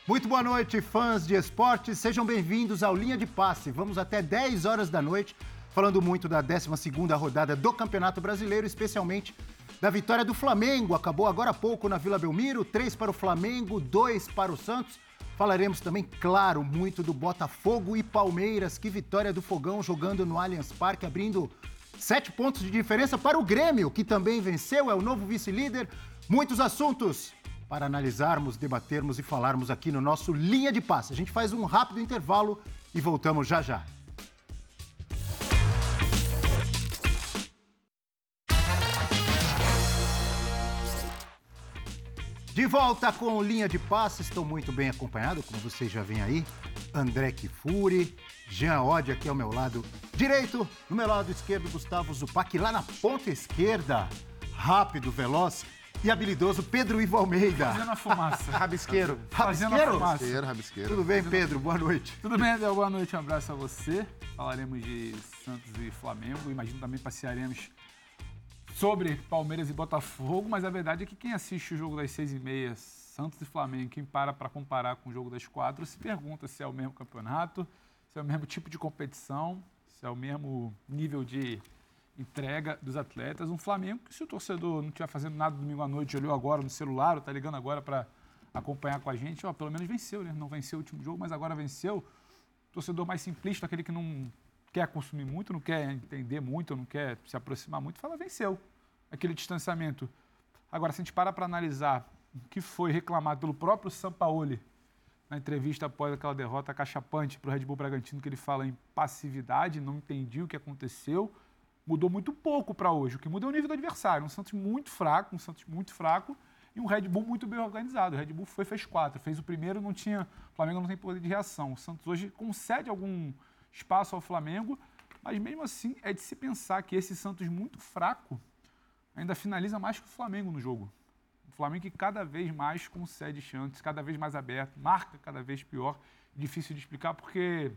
Muito boa noite, fãs de esportes. Sejam bem-vindos ao Linha de Passe. Vamos até 10 horas da noite, falando muito da 12ª rodada do Campeonato Brasileiro, especialmente da vitória do Flamengo. Acabou agora há pouco na Vila Belmiro, 3 para o Flamengo, 2 para o Santos. Falaremos também, claro, muito do Botafogo e Palmeiras. Que vitória do Fogão jogando no Allianz Parque, abrindo 7 pontos de diferença para o Grêmio, que também venceu, é o novo vice-líder. Muitos assuntos para analisarmos, debatermos e falarmos aqui no nosso Linha de Passe. A gente faz um rápido intervalo e voltamos já já. De volta com Linha de Passe, estou muito bem acompanhado, como vocês já veem aí. André Kifuri, Jean Oddi aqui ao meu lado direito, no meu lado esquerdo, Gustavo Zupac, lá na ponta esquerda, rápido, veloz e habilidoso Pedro Ivo Almeida. Fazendo a fumaça. Rabisqueiro. Fazendo a fumaça. Rabisqueiro. Tudo bem, Pedro? Boa noite. Tudo bem, Adel? Boa noite, um abraço a você. Falaremos de Santos e Flamengo, imagino também passearemos sobre Palmeiras e Botafogo, mas a verdade é que quem assiste o jogo das 6h30, Santos e Flamengo, quem para comparar com o jogo das 4, se pergunta se é o mesmo campeonato, se é o mesmo tipo de competição, se é o mesmo nível de entrega dos atletas. Um Flamengo que, se o torcedor não estiver fazendo nada domingo à noite, olhou agora no celular, ou está ligando agora para acompanhar com a gente, pelo menos venceu, né? Não venceu o último jogo, mas agora venceu. O torcedor mais simplista, aquele que não quer consumir muito, não quer entender muito, não quer se aproximar muito, fala venceu. Aquele distanciamento. Agora, se a gente parar para analisar o que foi reclamado pelo próprio Sampaoli na entrevista após aquela derrota cachapante para o Red Bull Bragantino, que ele fala em passividade, não entendi o que aconteceu, mudou muito pouco para hoje. O que muda é o nível do adversário. Um Santos muito fraco e um Red Bull muito bem organizado. O Red Bull fez 4, fez o primeiro, o Flamengo não tem poder de reação. O Santos hoje concede algum espaço ao Flamengo, mas mesmo assim é de se pensar que esse Santos muito fraco ainda finaliza mais que o Flamengo no jogo. O Flamengo que cada vez mais concede chances, cada vez mais aberto, marca cada vez pior. Difícil de explicar porque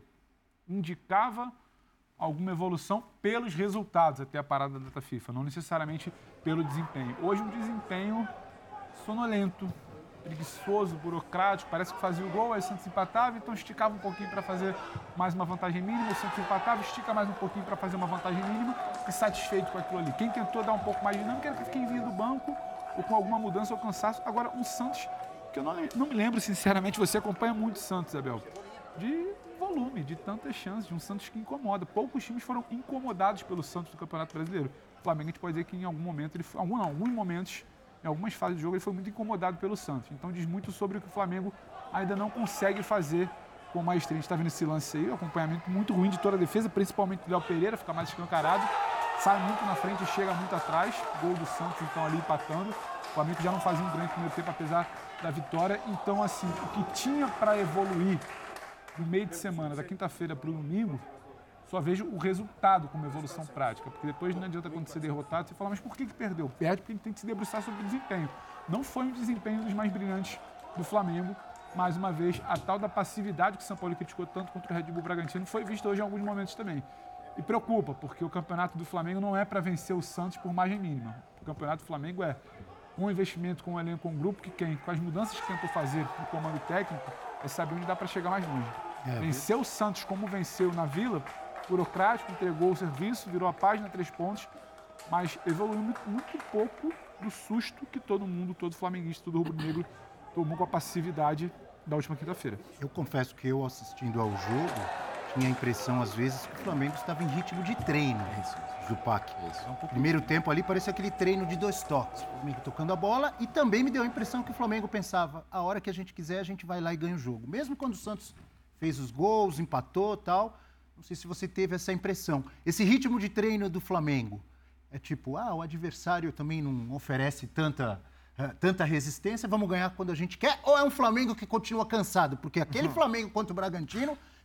indicava alguma evolução pelos resultados até a parada da data FIFA, não necessariamente pelo desempenho. Hoje um desempenho sonolento, preguiçoso, burocrático, parece que fazia o gol, aí o Santos empatava, então esticava um pouquinho para fazer mais uma vantagem mínima, o Santos empatava, estica mais um pouquinho para fazer uma vantagem mínima e satisfeito com aquilo ali. Quem tentou dar um pouco mais de dinâmica era quem vinha do banco ou com alguma mudança ou cansaço. Agora, um Santos que eu não me lembro, sinceramente, você acompanha muito o Santos, Abel, de volume, de tantas chances, de um Santos que incomoda. Poucos times foram incomodados pelo Santos do Campeonato Brasileiro. O Flamengo, a gente pode dizer que em algum momento, alguns momentos, em algumas fases do jogo, ele foi muito incomodado pelo Santos. Então diz muito sobre o que o Flamengo ainda não consegue fazer com maestria. A gente está vendo esse lance aí, um acompanhamento muito ruim de toda a defesa, principalmente do Léo Pereira, fica mais escancarado, sai muito na frente e chega muito atrás. Gol do Santos, então, ali empatando. O Flamengo já não fazia um grande primeiro tempo, apesar da vitória. Então, assim, o que tinha para evoluir no meio de semana, da quinta-feira para o domingo, só vejo o resultado como evolução prática, porque depois não adianta quando ser derrotado, você fala, mas por que perdeu? Perde porque a gente tem que se debruçar sobre o desempenho. Não foi um desempenho dos mais brilhantes do Flamengo. Mais uma vez, a tal da passividade que o São Paulo criticou tanto contra o Red Bull Bragantino foi vista hoje em alguns momentos também. E preocupa, porque o campeonato do Flamengo não é para vencer o Santos por margem mínima. O campeonato do Flamengo é um investimento com um elenco, com um grupo que com as mudanças que tentou fazer no comando técnico, é saber onde dá para chegar mais longe. Venceu o Santos como venceu na Vila, burocrático, entregou o serviço, virou a página, 3 pontos, mas evoluiu muito pouco do susto que todo flamenguista, todo rubro-negro tomou com a passividade da última quinta-feira. Eu confesso que eu, assistindo ao jogo, tinha a impressão, às vezes, que o Flamengo estava em ritmo de treino, Zupac. Primeiro tempo ali parecia aquele treino de 2 toques, o Flamengo tocando a bola, e também me deu a impressão que o Flamengo pensava, a hora que a gente quiser, a gente vai lá e ganha o jogo. Mesmo quando o Santos fez os gols, empatou e tal. Não sei se você teve essa impressão. Esse ritmo de treino do Flamengo é tipo, o adversário também não oferece tanta resistência, vamos ganhar quando a gente quer? Ou é um Flamengo que continua cansado? Porque aquele Flamengo contra o Bragantino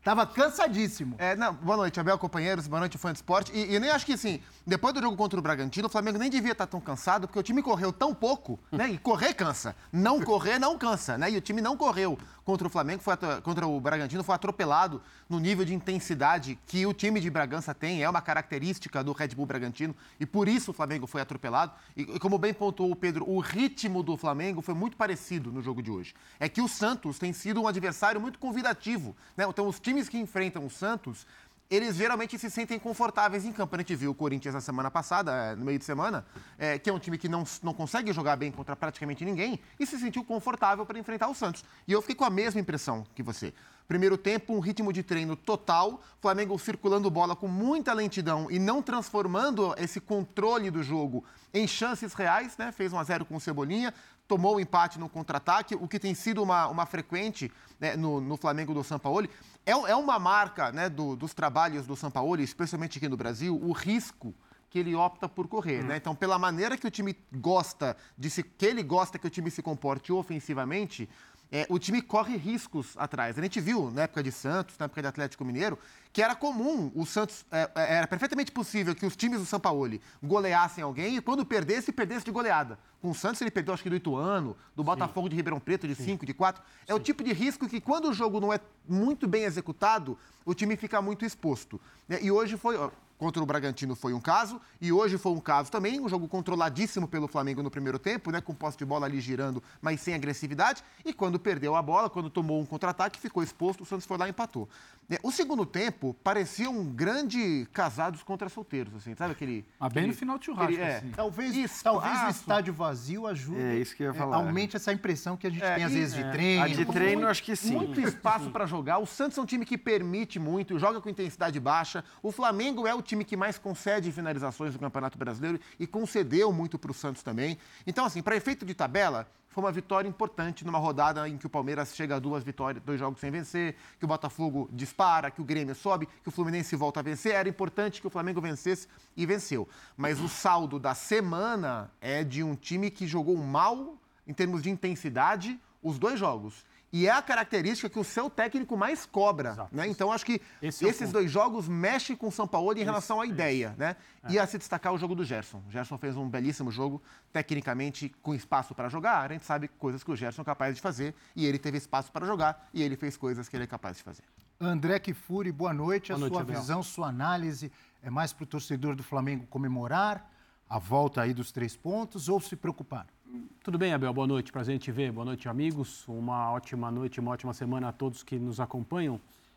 Tava cansadíssimo. Não, boa noite, Abel, companheiros, boa noite, fã de esporte. E nem acho que, assim, depois do jogo contra o Bragantino, o Flamengo nem devia estar tão cansado, porque o time correu tão pouco, né? E correr cansa. Não correr não cansa, né? E o time não correu contra o Flamengo, contra o Bragantino, foi atropelado no nível de intensidade que o time de Bragança tem, é uma característica do Red Bull Bragantino, e por isso o Flamengo foi atropelado. E como bem pontuou o Pedro, o ritmo do Flamengo foi muito parecido no jogo de hoje. É que o Santos tem sido um adversário muito convidativo, né? Então, os times que enfrentam o Santos, eles geralmente se sentem confortáveis em campo. A gente viu o Corinthians na semana passada, no meio de semana, que é um time que não consegue jogar bem contra praticamente ninguém e se sentiu confortável para enfrentar o Santos. E eu fiquei com a mesma impressão que você. Primeiro tempo, um ritmo de treino total, Flamengo circulando bola com muita lentidão e não transformando esse controle do jogo em chances reais, né? Fez 1-0 com o Cebolinha, tomou o empate no contra-ataque, o que tem sido uma frequente, né, no Flamengo do Sampaoli. É uma marca, né, dos trabalhos do Sampaoli, especialmente aqui no Brasil, o risco que ele opta por correr, né? Então, pela maneira que o time gosta que ele gosta que o time se comporte ofensivamente, o time corre riscos atrás. A gente viu, na época de Santos, na época de Atlético Mineiro, que era comum o Santos, era perfeitamente possível que os times do Sampaoli goleassem alguém e quando perdesse de goleada. Com o Santos ele perdeu, acho que do Ituano, do Botafogo de Ribeirão Preto, de 5, de 4. É o tipo de risco que quando o jogo não é muito bem executado, o time fica muito exposto. E hoje contra o Bragantino foi um caso, e hoje foi um caso também, um jogo controladíssimo pelo Flamengo no primeiro tempo, né, com posse de bola ali girando, mas sem agressividade, e quando perdeu a bola, quando tomou um contra-ataque, ficou exposto, o Santos foi lá e empatou. O segundo tempo parecia um grande casados contra solteiros, assim, sabe aquele... bem no final de churrasco, assim. Talvez o estádio vazio ajude, isso que eu ia falar. aumente essa impressão que a gente tem às vezes de treino. A de treino, acho que sim. Muito espaço para jogar, o Santos é um time que permite muito, joga com intensidade baixa, o Flamengo é o time que mais concede finalizações do Campeonato Brasileiro e concedeu muito para o Santos também. Então, assim, para efeito de tabela, foi uma vitória importante numa rodada em que o Palmeiras chega a 2 jogos sem vencer, que o Botafogo dispara, que o Grêmio sobe, que o Fluminense volta a vencer. Era importante que o Flamengo vencesse e venceu. Mas o saldo da semana é de um time que jogou mal em termos de intensidade os 2 jogos. E é a característica que o seu técnico mais cobra, né? Então, acho que esses 2 jogos mexem com o Sampaoli em relação à ideia, né? E a se destacar o jogo do Gerson. O Gerson fez um belíssimo jogo, tecnicamente, com espaço para jogar. A gente sabe coisas que o Gerson é capaz de fazer, e ele teve espaço para jogar, e ele fez coisas que ele é capaz de fazer. André Kfouri, boa noite. Boa noite, sua Abel. visão, sua análise é mais para o torcedor do Flamengo comemorar a volta aí dos 3 pontos ou se preocupar? Tudo bem, Abel? Boa noite, prazer em te ver. Boa noite, amigos. Uma ótima noite, uma ótima semana a todos que nos acompanham.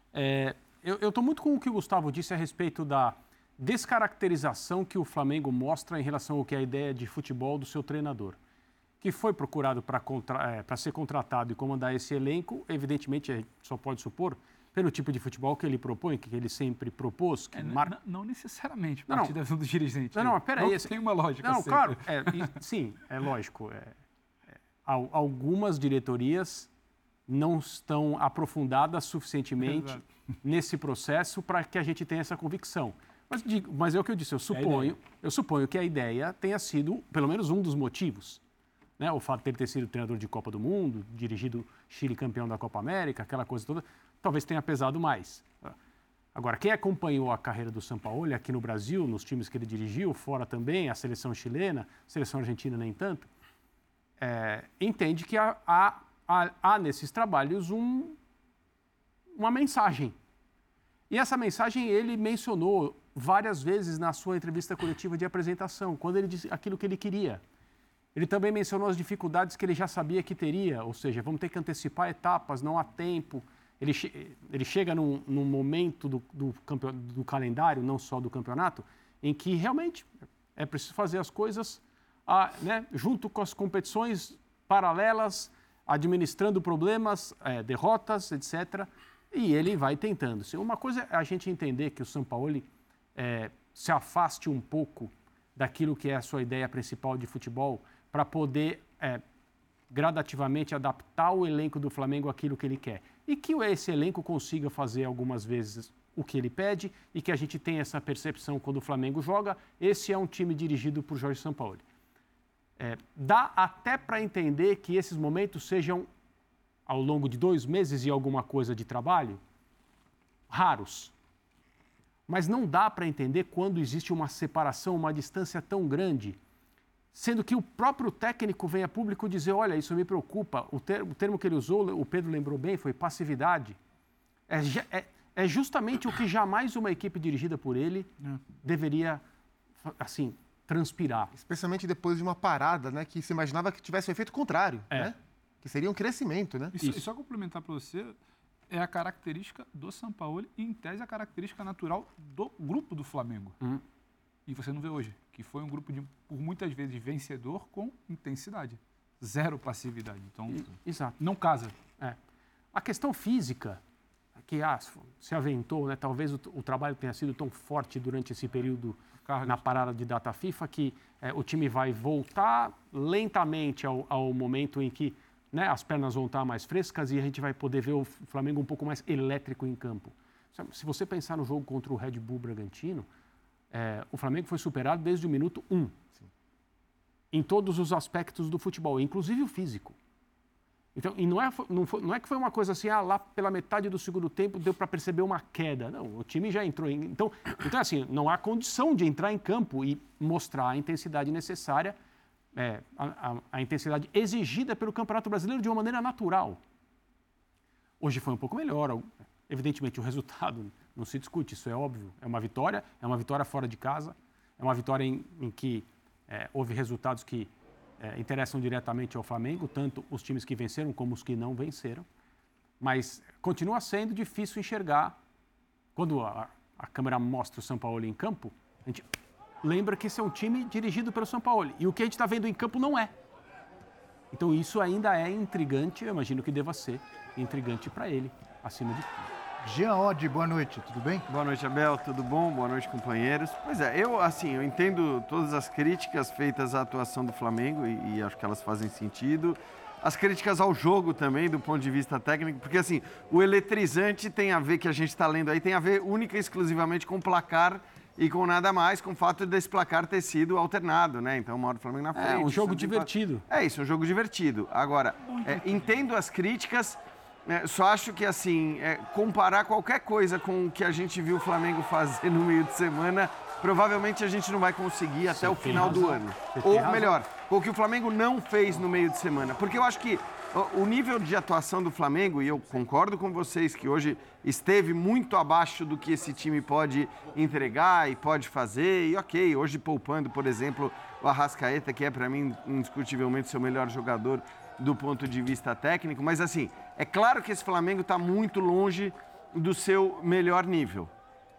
Eu estou muito com o que o Gustavo disse a respeito da descaracterização que o Flamengo mostra em relação ao que é a ideia de futebol do seu treinador, que foi procurado para ser contratado e comandar esse elenco. Evidentemente, a gente só pode supor, pelo tipo de futebol que ele propõe, que ele sempre propôs. Que Não necessariamente, a partir da visão do dirigente. Peraí. Tem uma lógica. Não, sempre. claro. Sim, é lógico. Algumas diretorias não estão aprofundadas suficientemente nesse processo para que a gente tenha essa convicção. Mas é o que eu disse, eu suponho que a ideia tenha sido, pelo menos um dos motivos, né? O fato de ele ter sido treinador de Copa do Mundo, dirigido Chile campeão da Copa América, aquela coisa toda, talvez tenha pesado mais. Agora, quem acompanhou a carreira do Sampaoli aqui no Brasil, nos times que ele dirigiu, fora também, a seleção chilena, a seleção argentina nem tanto, entende que há nesses trabalhos uma mensagem. E essa mensagem ele mencionou várias vezes na sua entrevista coletiva de apresentação, quando ele disse aquilo que ele queria. Ele também mencionou as dificuldades que ele já sabia que teria, ou seja, vamos ter que antecipar etapas, não há tempo. Ele chega num momento do calendário, não só do campeonato, em que realmente é preciso fazer as coisas né, junto com as competições paralelas, administrando problemas, derrotas, etc. E ele vai tentando. Uma coisa é a gente entender que o Sampaoli se afaste um pouco daquilo que é a sua ideia principal de futebol para poder gradativamente adaptar o elenco do Flamengo àquilo que ele quer. E que esse elenco consiga fazer algumas vezes o que ele pede e que a gente tenha essa percepção quando o Flamengo joga. Esse é um time dirigido por Jorge Sampaoli. Dá até para entender que esses momentos sejam ao longo de 2 meses e alguma coisa de trabalho? raros. Mas não dá para entender quando existe uma separação, uma distância tão grande, sendo que o próprio técnico vem a público dizer, olha, isso me preocupa. O termo que ele usou, o Pedro lembrou bem, foi passividade. É justamente o que jamais uma equipe dirigida por ele deveria, assim, transpirar. Especialmente depois de uma parada, né, que se imaginava que tivesse o efeito contrário, né? Que seria um crescimento, né? E só complementar para você, é a característica do Sampaoli e, em tese, a característica natural do grupo do Flamengo. E você não vê hoje, que foi um grupo, por muitas vezes, vencedor com intensidade. Zero passividade. Então, Exato. não casa. A questão física, que se aventou, né? Talvez o trabalho tenha sido tão forte durante esse período na parada de data FIFA que o time vai voltar lentamente ao momento em que, né, as pernas vão estar mais frescas e a gente vai poder ver o Flamengo um pouco mais elétrico em campo. Se você pensar no jogo contra o Red Bull Bragantino, o Flamengo foi superado desde o minuto 1. Em todos os aspectos do futebol, inclusive o físico. Então, e não é que foi uma coisa assim, lá pela metade do segundo tempo deu para perceber uma queda. Não, o time já entrou. Então, assim, não há condição de entrar em campo e mostrar a intensidade necessária, a intensidade exigida pelo Campeonato Brasileiro de uma maneira natural. Hoje foi um pouco melhor. Evidentemente, o resultado não se discute, isso é óbvio. É uma vitória fora de casa, é uma vitória em que houve resultados que interessam diretamente ao Flamengo, tanto os times que venceram como os que não venceram. Mas continua sendo difícil enxergar. Quando a câmera mostra o Sampaoli em campo, a gente lembra que esse é um time dirigido pelo Sampaoli. E o que a gente está vendo em campo não é. Então isso ainda é intrigante, eu imagino que deva ser intrigante para ele, acima de tudo. Jean Oddi, boa noite, tudo bem? Boa noite, Abel, tudo bom? Boa noite, companheiros. Pois é, eu entendo todas as críticas feitas à atuação do Flamengo e acho que elas fazem sentido. As críticas ao jogo também, do ponto de vista técnico, porque assim, o eletrizante tem a ver, que a gente está lendo aí, tem a ver única e exclusivamente com o placar e com nada mais, com o fato desse placar ter sido alternado, né? Então, uma hora o Flamengo na frente. É um jogo divertido. É isso, um jogo divertido. Agora, entendo as críticas. Só acho que, assim, comparar qualquer coisa com o que a gente viu o Flamengo fazer no meio de semana, provavelmente a gente não vai conseguir até o final do ano. Ou melhor, com o que o Flamengo não fez no meio de semana. Porque eu acho que o nível de atuação do Flamengo, e eu concordo com vocês que hoje esteve muito abaixo do que esse time pode entregar e pode fazer. E ok, hoje poupando, por exemplo, o Arrascaeta, que é para mim indiscutivelmente seu melhor jogador do ponto de vista técnico, mas assim, é claro que esse Flamengo está muito longe do seu melhor nível.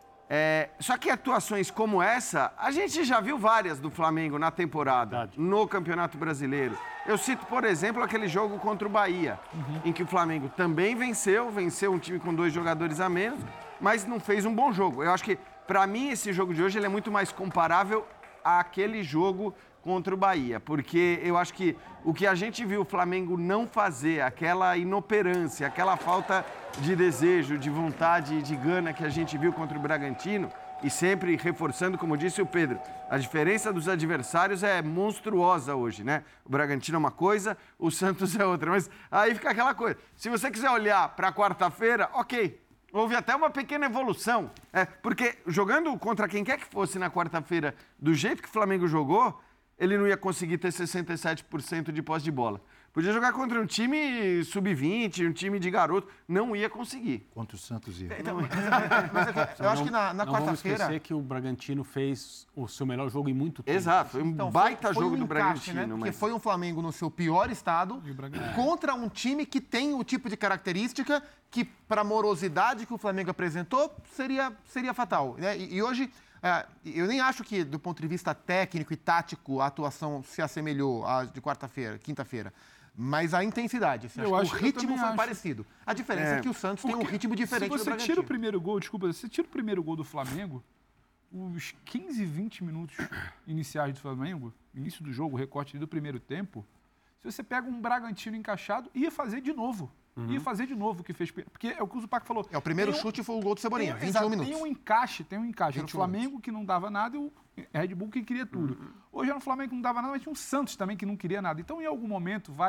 Só que atuações como essa, a gente já viu várias do Flamengo na temporada, no Campeonato Brasileiro. Eu cito, por exemplo, aquele jogo contra o Bahia, em que o Flamengo também venceu um time com 2 jogadores a menos, mas não fez um bom jogo. Eu acho que, para mim, esse jogo de hoje ele é muito mais comparável àquele jogo contra o Bahia, porque eu acho que o que a gente viu o Flamengo não fazer, aquela inoperância, aquela falta de desejo, de vontade, de gana que a gente viu contra o Bragantino, e sempre reforçando, como disse o Pedro, a diferença dos adversários é monstruosa hoje, né? O Bragantino é uma coisa, o Santos é outra, mas aí fica aquela coisa. Se você quiser olhar para quarta-feira, ok, houve até uma pequena evolução, porque jogando contra quem quer que fosse na quarta-feira, do jeito que o Flamengo jogou, ele não ia conseguir ter 67% de posse de bola. Podia jogar contra um time sub-20, um time de garoto, não ia conseguir. Contra o Santos ia. Então, eu acho que na quarta-feira... Não vamos esquecer que o Bragantino fez o seu melhor jogo em muito tempo. Exato, foi um baita jogo do encaixe, Bragantino. Porque foi um Flamengo no seu pior estado contra um time que tem o tipo de característica que, para a morosidade que o Flamengo apresentou, seria fatal. Né? E hoje... eu nem acho que, do ponto de vista técnico e tático, a atuação se assemelhou à de quinta-feira. Mas a intensidade, o ritmo foi parecido. A diferença é que o Santos tem um ritmo diferente do Bragantino. Se você tira o primeiro gol, você tira o primeiro gol do Flamengo, os 15, 20 minutos iniciais do Flamengo, início do jogo, recorte do primeiro tempo, se você pega um Bragantino encaixado, ia fazer de novo. Ia fazer de novo o que fez. Porque é o que o Zupac falou. O primeiro chute foi o gol do Cebolinha, 21 minutos. Tem um encaixe. Era o Flamengo que não dava nada e o Red Bull que queria tudo. Hoje era um Flamengo que não dava nada, mas tinha um Santos também que não queria nada. Então, em algum momento, vai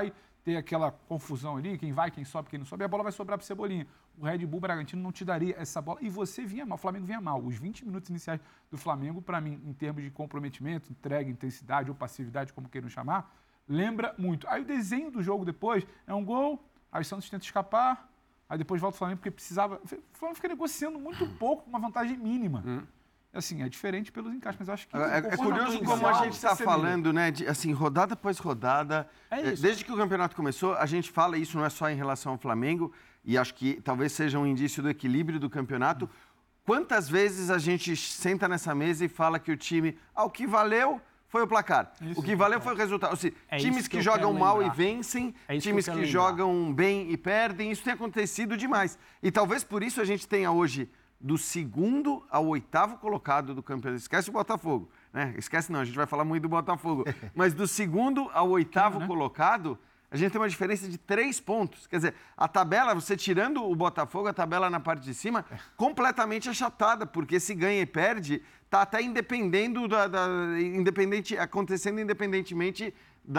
ter aquela confusão ali, quem vai, quem sobe, quem não sobe, e a bola vai sobrar para o Cebolinha. O Red Bull Bragantino não te daria essa bola. E você vinha mal, o Flamengo vinha mal. Os 20 minutos iniciais do Flamengo, para mim, em termos de comprometimento, entrega, intensidade ou passividade, como queiram chamar, lembra muito. Aí o desenho do jogo depois é um gol, aí o Santos tenta escapar, aí depois volta o Flamengo porque precisava... O Flamengo fica negociando muito pouco, com uma vantagem mínima. Assim, é diferente pelos encaixes, mas eu acho que... É curioso como a gente está falando, né? Assim, rodada após rodada. Desde que o campeonato começou, a gente fala, isso não é só em relação ao Flamengo, e acho que talvez seja um indício do equilíbrio do campeonato. Quantas vezes a gente senta nessa mesa e fala que o time... o que valeu foi o placar. O que valeu foi o resultado. Ou seja, times que jogam mal e vencem, times que jogam bem e perdem, isso tem acontecido demais. E talvez por isso a gente tenha hoje... do 2º ao 8º colocado do campeonato. Esquece o Botafogo, né? Esquece não, a gente vai falar muito do Botafogo. Mas do 2º ao 8º colocado, a gente tem uma diferença de 3 pontos. Quer dizer, a tabela, você tirando o Botafogo, a tabela na parte de cima, completamente achatada, porque se ganha e perde, está até acontecendo independentemente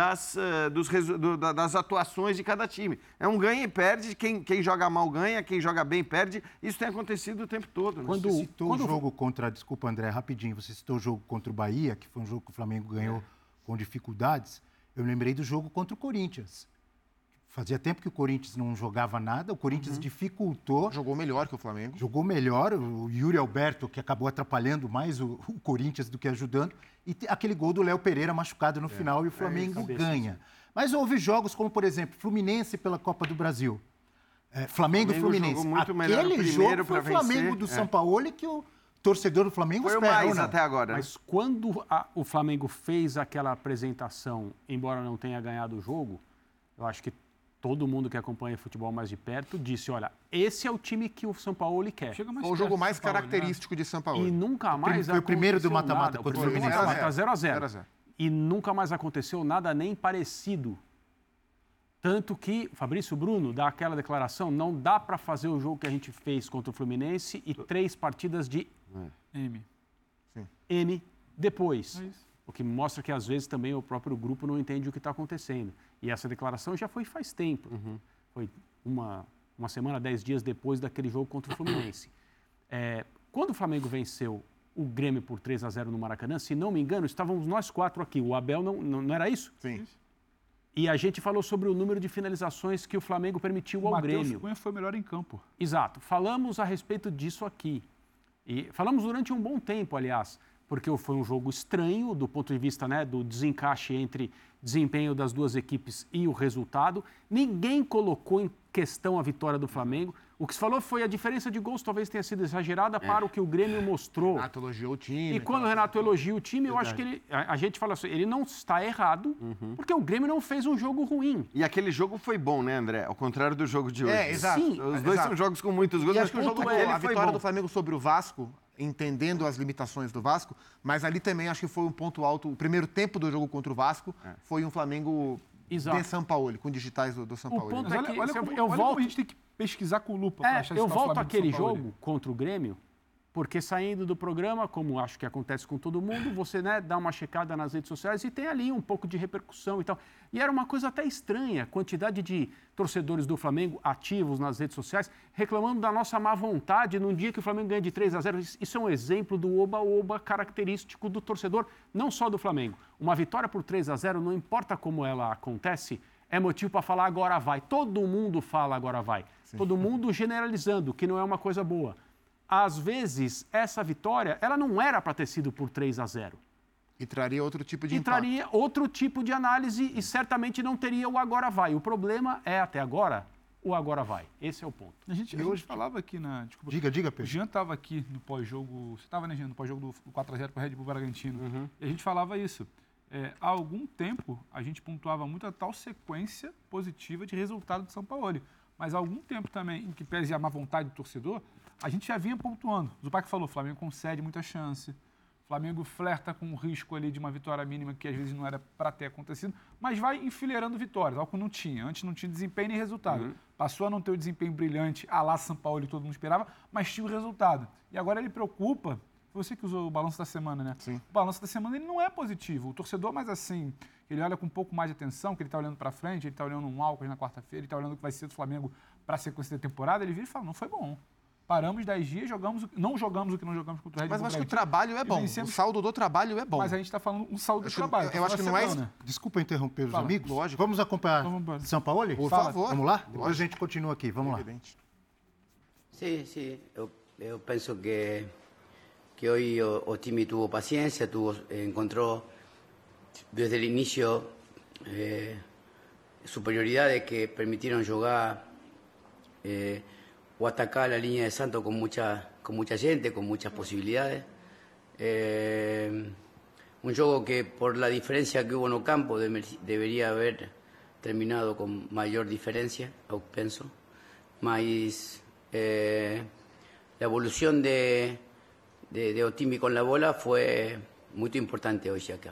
das atuações de cada time. É um ganha e perde, quem joga mal ganha, quem joga bem perde. Isso tem acontecido o tempo todo. Né? Você citou o jogo contra... Desculpa, André, rapidinho. Você citou o jogo contra o Bahia, que foi um jogo que o Flamengo ganhou com dificuldades. Eu lembrei do jogo contra o Corinthians. Fazia tempo que o Corinthians não jogava nada, o Corinthians dificultou. Jogou melhor que o Flamengo. Jogou melhor, o Yuri Alberto, que acabou atrapalhando mais o Corinthians do que ajudando, e aquele gol do Léo Pereira machucado no final e o Flamengo ganha. Mas houve jogos como, por exemplo, Fluminense pela Copa do Brasil. Flamengo e Fluminense. Jogou muito melhor Aquele jogo foi o Flamengo do Sampaoli que o torcedor do Flamengo foi espera, o mais até agora. Mas quando o Flamengo fez aquela apresentação, embora não tenha ganhado o jogo, eu acho que todo mundo que acompanha futebol mais de perto disse, olha, esse é o time que o Sampaoli quer. Foi o jogo mais característico de Sampaoli. E nunca mais foi o primeiro do mata-mata contra o Fluminense. 0-0. E nunca mais aconteceu nada nem parecido. Tanto que Fabrício Bruno dá aquela declaração, não dá para fazer o jogo que a gente fez contra o Fluminense e 3 partidas de M depois. O que mostra que, às vezes, também o próprio grupo não entende o que está acontecendo. E essa declaração já foi faz tempo. Foi uma semana, 10 dias depois daquele jogo contra o Fluminense. Quando o Flamengo venceu o Grêmio por 3-0 no Maracanã, se não me engano, estávamos nós 4 aqui. O Abel não era isso? Sim. E a gente falou sobre o número de finalizações que o Flamengo permitiu ao Grêmio. O Cunha foi melhor em campo. Exato. Falamos a respeito disso aqui. E falamos durante um bom tempo, aliás, porque foi um jogo estranho do ponto de vista, né, do desencaixe entre desempenho das duas equipes e o resultado. Ninguém colocou em questão a vitória do Flamengo. O que se falou foi a diferença de gols talvez tenha sido exagerada para o que o Grêmio mostrou. O Renato elogiou o time. E quando o Renato elogia o time, eu acho que a gente fala assim, ele não está errado, porque o Grêmio não fez um jogo ruim. E aquele jogo foi bom, né, André? Ao contrário do jogo de hoje. Exato. Sim, os dois são jogos com muitos gols, E mas acho que o jogo a vitória do Flamengo sobre o Vasco, entendendo as limitações do Vasco, mas ali também acho que foi um ponto alto. O primeiro tempo do jogo contra o Vasco foi um Flamengo de Sampaoli, com digitais do Sampaoli. O ponto Mas é que olha como a gente tem que pesquisar com lupa para achar eu esse volto Flamengo àquele de São Paulo. jogo contra o Grêmio, porque saindo do programa, como acho que acontece com todo mundo, você, né, dá uma checada nas redes sociais e tem ali um pouco de repercussão e tal. E era uma coisa até estranha, a quantidade de torcedores do Flamengo ativos nas redes sociais, reclamando da nossa má vontade num dia que o Flamengo ganha de 3-0. Isso é um exemplo do oba-oba característico do torcedor, não só do Flamengo. Uma vitória por 3-0, não importa como ela acontece, é motivo para falar agora vai. Todo mundo fala agora vai. Sim. Todo mundo generalizando, que não é uma coisa boa. Às vezes, essa vitória, ela não era para ter sido por 3-0. E traria outro tipo de impacto. Traria outro tipo de análise e certamente não teria o agora vai. O problema é, até agora, o agora vai. Esse é o ponto. A gente hoje falava aqui na... Desculpa, diga, Pedro. O Jean estava aqui no pós-jogo... Você estava, né, Jean, no pós-jogo do 4-0 para o Red Bull Bragantino. E a gente falava isso. Há algum tempo, a gente pontuava muito a tal sequência positiva de resultado do Sampaoli. Mas há algum tempo também, em que pese a má vontade do torcedor, a gente já vinha pontuando. O Zupac falou, o Flamengo concede muita chance. O Flamengo flerta com o risco ali de uma vitória mínima que às vezes não era para ter acontecido, mas vai enfileirando vitórias, algo que não tinha. Antes não tinha desempenho nem resultado. Passou a não ter o desempenho brilhante, à lá Sampaoli, todo mundo esperava, mas tinha o resultado. E agora ele preocupa Foi você que usou o balanço da semana, né? Sim. O balanço da semana ele não é positivo. O torcedor, mais assim, ele olha com um pouco mais de atenção, que ele está olhando para frente, ele está olhando um Alcas na quarta-feira, ele está olhando o que vai ser do Flamengo para a sequência da temporada, ele vira e fala, não foi bom. Paramos 10 dias, não jogamos o que não jogamos contra o Red Bull. Mas eu acho que o trabalho é bom. O saldo do trabalho é bom. Mas a gente está falando um saldo do trabalho. Eu acho que não é... Desculpa interromper os amigos. Lógico. Vamos acompanhar Vamos São Paulo? Por favor. Vamos lá? Depois a gente continua aqui. Vamos lá. Sí. Yo pienso que hoy Otimi tuvo paciencia, encontró desde el inicio superioridades que permitieron jugar o atacar la línea de Santos con mucha gente, con muchas posibilidades. Un juego que por la diferencia que hubo en el campo debería haber terminado con mayor diferencia, yo pienso. Mas la evolución de Otimi con la bola fue muy importante hoy acá.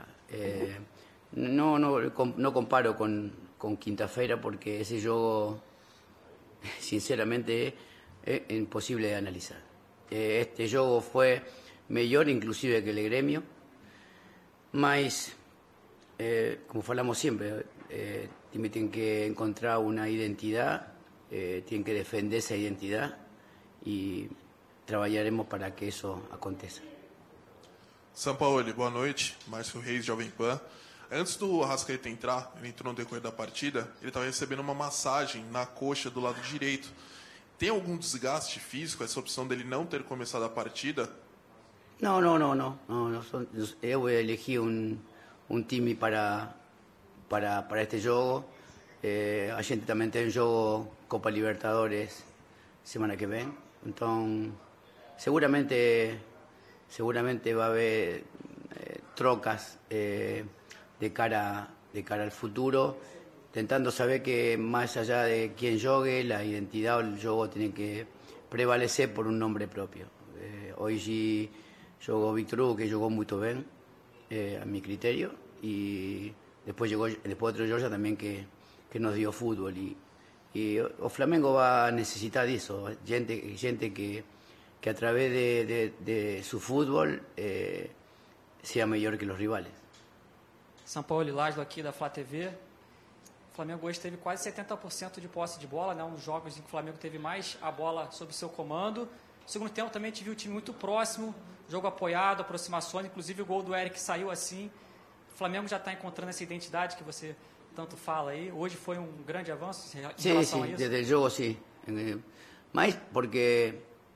No comparo con Quinta-feira porque ese juego, sinceramente, es imposible de analizar. Este juego fue mejor inclusive que el Gremio, mas, como hablamos siempre, Otimi tiene que encontrar una identidad, tiene que defender esa identidad y trabalharemos para que isso aconteça. Sampaoli, boa noite. Márcio Reis, Jovem Pan. Antes do Arrascaeta entrar, ele entrou no decorrer da partida, ele estava recebendo uma massagem na coxa do lado direito. Tem algum desgaste físico, essa opção dele não ter começado a partida? No. Eu elegi um time para este jogo. A gente também tem um jogo Copa Libertadores semana que vem. Então, seguramente va a haber trocas de cara al futuro, intentando saber que más allá de quién juegue, la identidad o el juego tiene que prevalecer por un nombre propio. Hoy sí jugó Víctor Hugo, que jugó muy bien, a mi criterio, y después otro Georgia también que nos dio fútbol. Y o Flamengo va a necesitar eso, gente que a través de su fútbol sea mejor que los rivales. São Paulo Lázaro aqui da Flá TV. O Flamengo hoje teve quase 70% de posse de bola, né? Um dos jogos em que o Flamengo teve mais a bola sob seu comando. No segundo tempo também tive o time muito próximo, jogo apoiado, aproximações, inclusive o gol do Eric saiu assim. O Flamengo já está encontrando essa identidade que você tanto fala aí. Hoje foi um grande avanço em relação a isso? Desde el juego sí. Más porque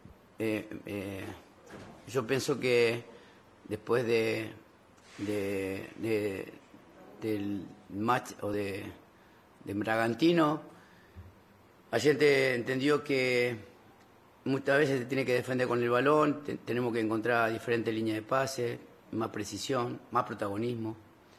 yo pienso que después del match o de Bragantino, la gente entendió que muchas veces se tiene que defender con el balón, tenemos que encontrar diferentes líneas de pase, más precisión, más protagonismo.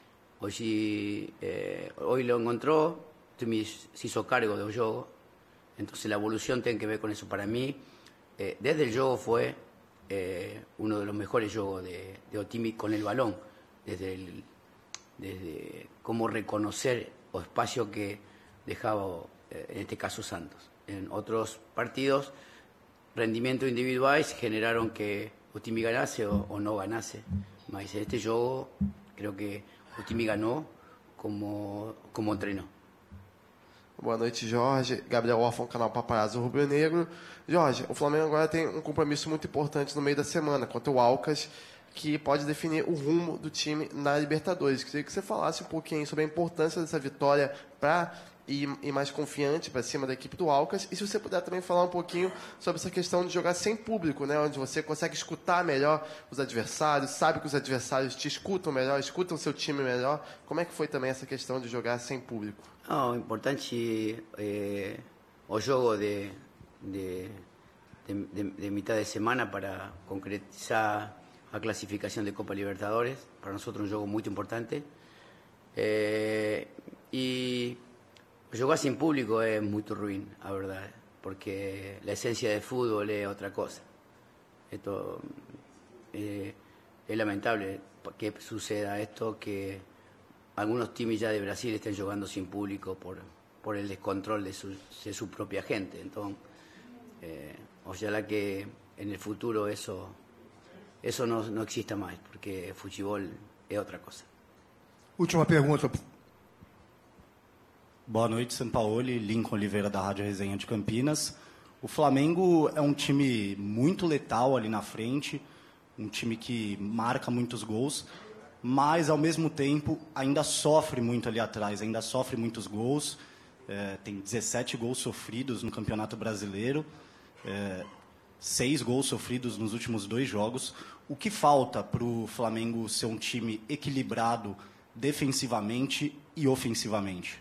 Hoy lo encontró, se hizo cargo del juego, entonces la evolución tiene que ver con eso. Para mí, desde el juego fue uno de los mejores juegos de Otimi con el balón, desde cómo reconocer los espacios que dejaba, en este caso, Santos. En otros partidos, rendimientos individuales generaron que Otimi ganase o no ganase, mas en este juego creo que Otimi ganhou como treinou. Boa noite, Jorge. Gabriel Orfão, canal Paparazzo Rubro Negro. Jorge, o Flamengo agora tem um compromisso muito importante no meio da semana contra o Alcas, que pode definir o rumo do time na Libertadores. Queria que você falasse um pouquinho sobre a importância dessa vitória para ir mais confiante para cima da equipe do Alcas. E se você puder também falar um pouquinho sobre essa questão de jogar sem público, né? Onde você consegue escutar melhor os adversários, sabe que os adversários te escutam melhor, escutam o seu time melhor. Como é que foi também essa questão de jogar sem público? Importante o jogo de mitad de semana para concretizar a clasificación de Copa Libertadores. Para nosotros un juego muy importante. Y jugar sin público es muy ruin, la verdad, porque la esencia del fútbol es otra cosa. Esto es lamentable que suceda esto, que algunos teams ya de Brasil estén jugando sin público por el descontrol de su propia gente. Entonces, ojalá que en el futuro eso eso no exista más, porque fútbol es otra cosa. Última pergunta. Boa noite, Sampaoli, Lincoln Oliveira da Rádio Resenha de Campinas. O Flamengo é um time muito letal ali na frente, um time que marca muitos gols, mas ao mesmo tempo ainda sofre muito ali atrás, ainda sofre muitos gols, tem 17 gols sofridos no Campeonato Brasileiro, 6 gols sofridos nos últimos 2 jogos. O que falta para o Flamengo ser um time equilibrado defensivamente e ofensivamente?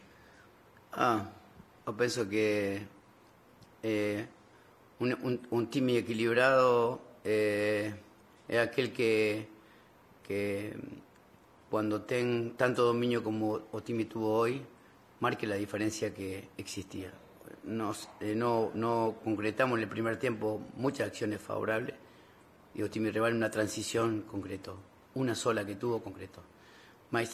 Yo pienso que un time equilibrado es aquel que cuando ten tanto dominio como o time tuvo hoy, marque la diferencia que existía. No concretamos en el primer tiempo muchas acciones favorables y o time rival una transición concretó, una sola que tuvo concretó. Mas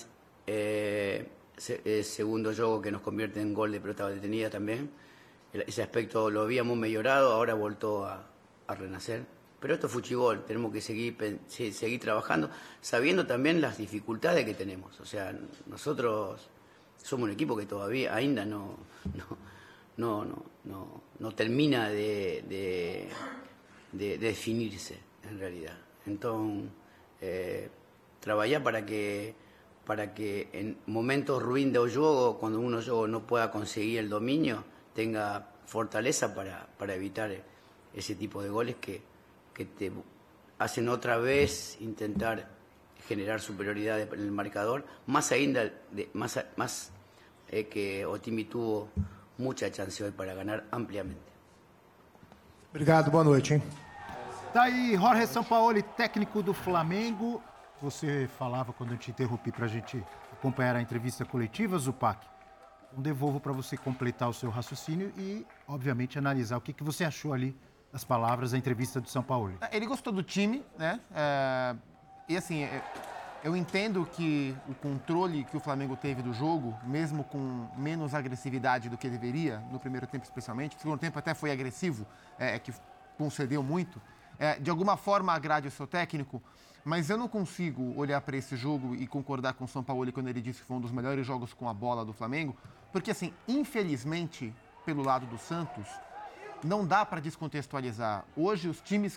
segundo juego que nos convierte en gol de pelota detenida también. Ese aspecto lo habíamos mejorado, ahora voltó a renacer. Pero esto es fútbol, tenemos que seguir trabajando, sabiendo también las dificultades que tenemos. O sea, nosotros somos un equipo que todavía ainda no termina de definirse, en realidad. Entonces, trabajar para que en momentos ruins de juego, cuando uno no pueda conseguir el dominio, tenga fortaleza para evitar ese tipo de goles que te hacen otra vez intentar generar superioridad en el marcador, más ainda, que Otimi tuvo mucha chance hoy para ganar ampliamente. Obrigado, boa noite, hein? Tá aí Jorge Sampaoli, técnico do Flamengo. Você falava quando eu te interrompi para a gente acompanhar a entrevista coletiva, Zupac. Então devolvo para você completar o seu raciocínio e, obviamente, analisar o que você achou ali das palavras da entrevista do Sampaoli. Ele gostou do time, né? E assim, eu entendo que o controle que o Flamengo teve do jogo, mesmo com menos agressividade do que deveria, no primeiro tempo especialmente, no segundo tempo até foi agressivo, que concedeu muito, de alguma forma agrade o seu técnico, mas eu não consigo olhar para esse jogo e concordar com o Sampaoli quando ele disse que foi um dos melhores jogos com a bola do Flamengo, porque assim, infelizmente, pelo lado do Santos, não dá para descontextualizar. Hoje,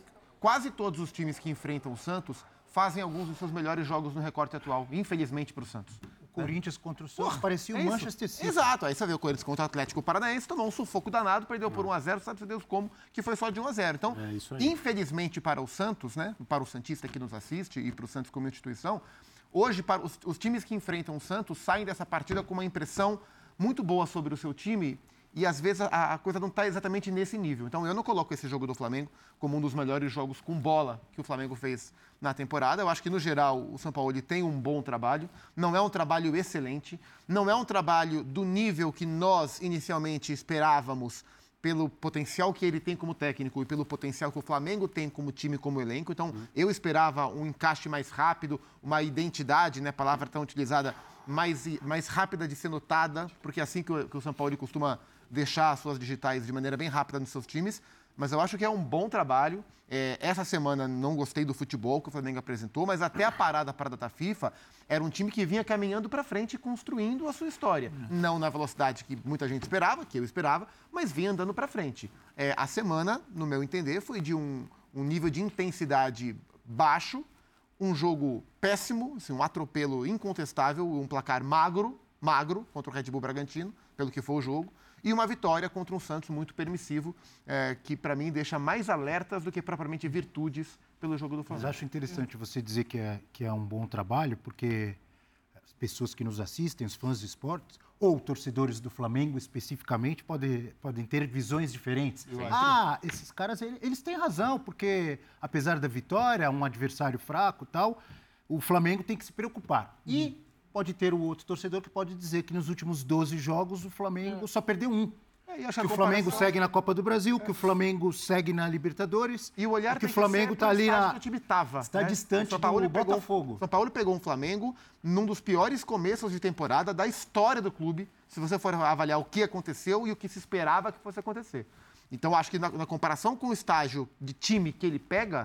quase todos os times que enfrentam o Santos fazem alguns dos seus melhores jogos no recorte atual, infelizmente para o Santos. O Corinthians contra o Santos parecia o Manchester City. Exato, aí você vê o Corinthians contra o Atlético Paranaense, tomou um sufoco danado, perdeu por 1-0, sabe Deus como, que foi só de 1-0. Então, infelizmente para o Santos, né, para o Santista que nos assiste e para o Santos como instituição, hoje para os times que enfrentam o Santos saem dessa partida com uma impressão muito boa sobre o seu time. E às vezes a coisa não está exatamente nesse nível. Então eu não coloco esse jogo do Flamengo como um dos melhores jogos com bola que o Flamengo fez na temporada. Eu acho que, no geral, o Sampaoli tem um bom trabalho. Não é um trabalho excelente. Não é um trabalho do nível que nós inicialmente esperávamos pelo potencial que ele tem como técnico e pelo potencial que o Flamengo tem como time, como elenco. Então, eu esperava um encaixe mais rápido, uma identidade, né, palavra tão utilizada, mais rápida de ser notada, porque é assim que o Sampaoli costuma deixar as suas digitais de maneira bem rápida nos seus times, mas eu acho que é um bom trabalho. Essa semana não gostei do futebol que o Flamengo apresentou, mas até a parada para a data FIFA era um time que vinha caminhando para frente e construindo a sua história. Não na velocidade que muita gente esperava, que eu esperava, mas vinha andando para frente. A semana, no meu entender, foi de um nível de intensidade baixo, um jogo péssimo, assim, um atropelo incontestável, um placar magro contra o Red Bull Bragantino, pelo que foi o jogo, e uma vitória contra um Santos muito permissivo, que para mim deixa mais alertas do que propriamente virtudes pelo jogo do Flamengo. Mas acho interessante você dizer que é um bom trabalho, porque as pessoas que nos assistem, os fãs de esportes, ou torcedores do Flamengo especificamente, podem ter visões diferentes. Esses caras, eles têm razão, porque apesar da vitória, um adversário fraco e tal, o Flamengo tem que se preocupar. E pode ter o outro torcedor que pode dizer que nos últimos 12 jogos o Flamengo só perdeu um. Que o Flamengo segue na Copa do Brasil, que o Flamengo segue na Libertadores. E o olhar que o Flamengo está ali na... que o time estava, está distante do Botafogo. O São Paulo pegou um Flamengo num dos piores começos de temporada da história do clube, se você for avaliar o que aconteceu e o que se esperava que fosse acontecer. Então, acho que na comparação com o estágio de time que ele pega,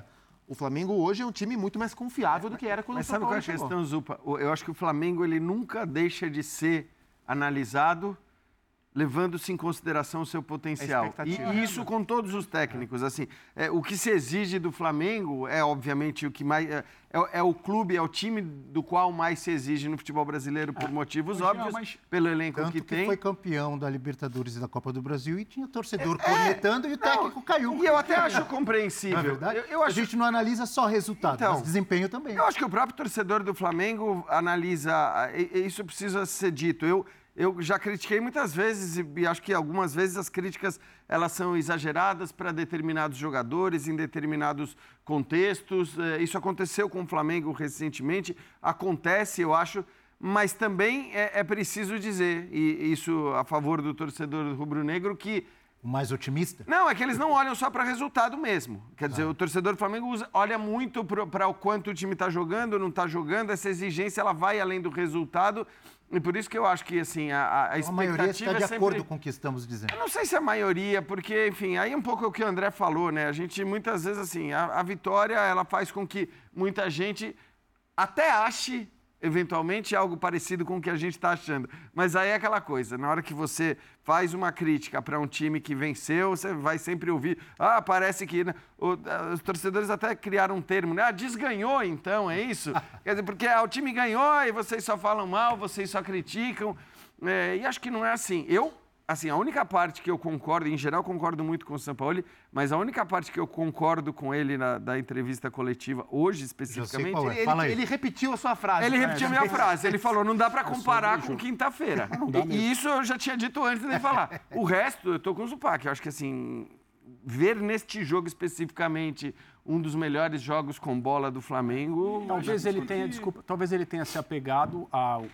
O Flamengo hoje é um time muito mais confiável do que era quando o São Paulo Mas sabe qual é a questão, Zupa? Eu acho que o Flamengo ele nunca deixa de ser analisado levando-se em consideração o seu potencial. E isso com todos os técnicos. Assim, o que se exige do Flamengo é, obviamente, o que mais... É o clube, é o time do qual mais se exige no futebol brasileiro por motivos óbvios, pelo elenco tanto que tem. Foi campeão da Libertadores e da Copa do Brasil e tinha torcedor cornetando e o técnico caiu. E eu até acho compreensível. Não é verdade? Eu acho... A gente não analisa só resultado, mas desempenho também. Eu acho que o próprio torcedor do Flamengo analisa... Isso precisa ser dito. Eu já critiquei muitas vezes e acho que algumas vezes as críticas elas são exageradas para determinados jogadores, em determinados contextos. Isso aconteceu com o Flamengo recentemente, acontece, eu acho, mas também é preciso dizer, e isso a favor do torcedor rubro-negro, que... O mais otimista? Não, é que eles não olham só para resultado mesmo. Quer dizer, o torcedor do Flamengo olha muito para o quanto o time está jogando, não está jogando, essa exigência ela vai além do resultado. E por isso que eu acho que, assim, a expectativa... A maioria está de sempre... acordo com o que estamos dizendo. Eu não sei se é a maioria, porque, enfim, aí um pouco é o que o André falou, né? A gente, muitas vezes, assim, a vitória, ela faz com que muita gente até ache, eventualmente, algo parecido com o que a gente está achando. Mas aí é aquela coisa, na hora que você faz uma crítica para um time que venceu, você vai sempre ouvir, parece que... Né? Os torcedores até criaram um termo, né? Desganhou, então, é isso? Quer dizer, porque o time ganhou e vocês só falam mal, vocês só criticam. E acho que não é assim. Assim, a única parte que eu concordo, em geral concordo muito com o Sampaoli, mas a única parte que eu concordo com ele da entrevista coletiva, hoje especificamente... Ele repetiu a sua frase. Ele repetiu a minha frase. Ele falou, não dá para comparar com quinta-feira. E isso eu já tinha dito antes de falar. O resto, eu tô com o Zupac. Eu acho que, assim, ver neste jogo especificamente um dos melhores jogos com bola do Flamengo... Talvez ele tenha, talvez ele tenha se apegado ao...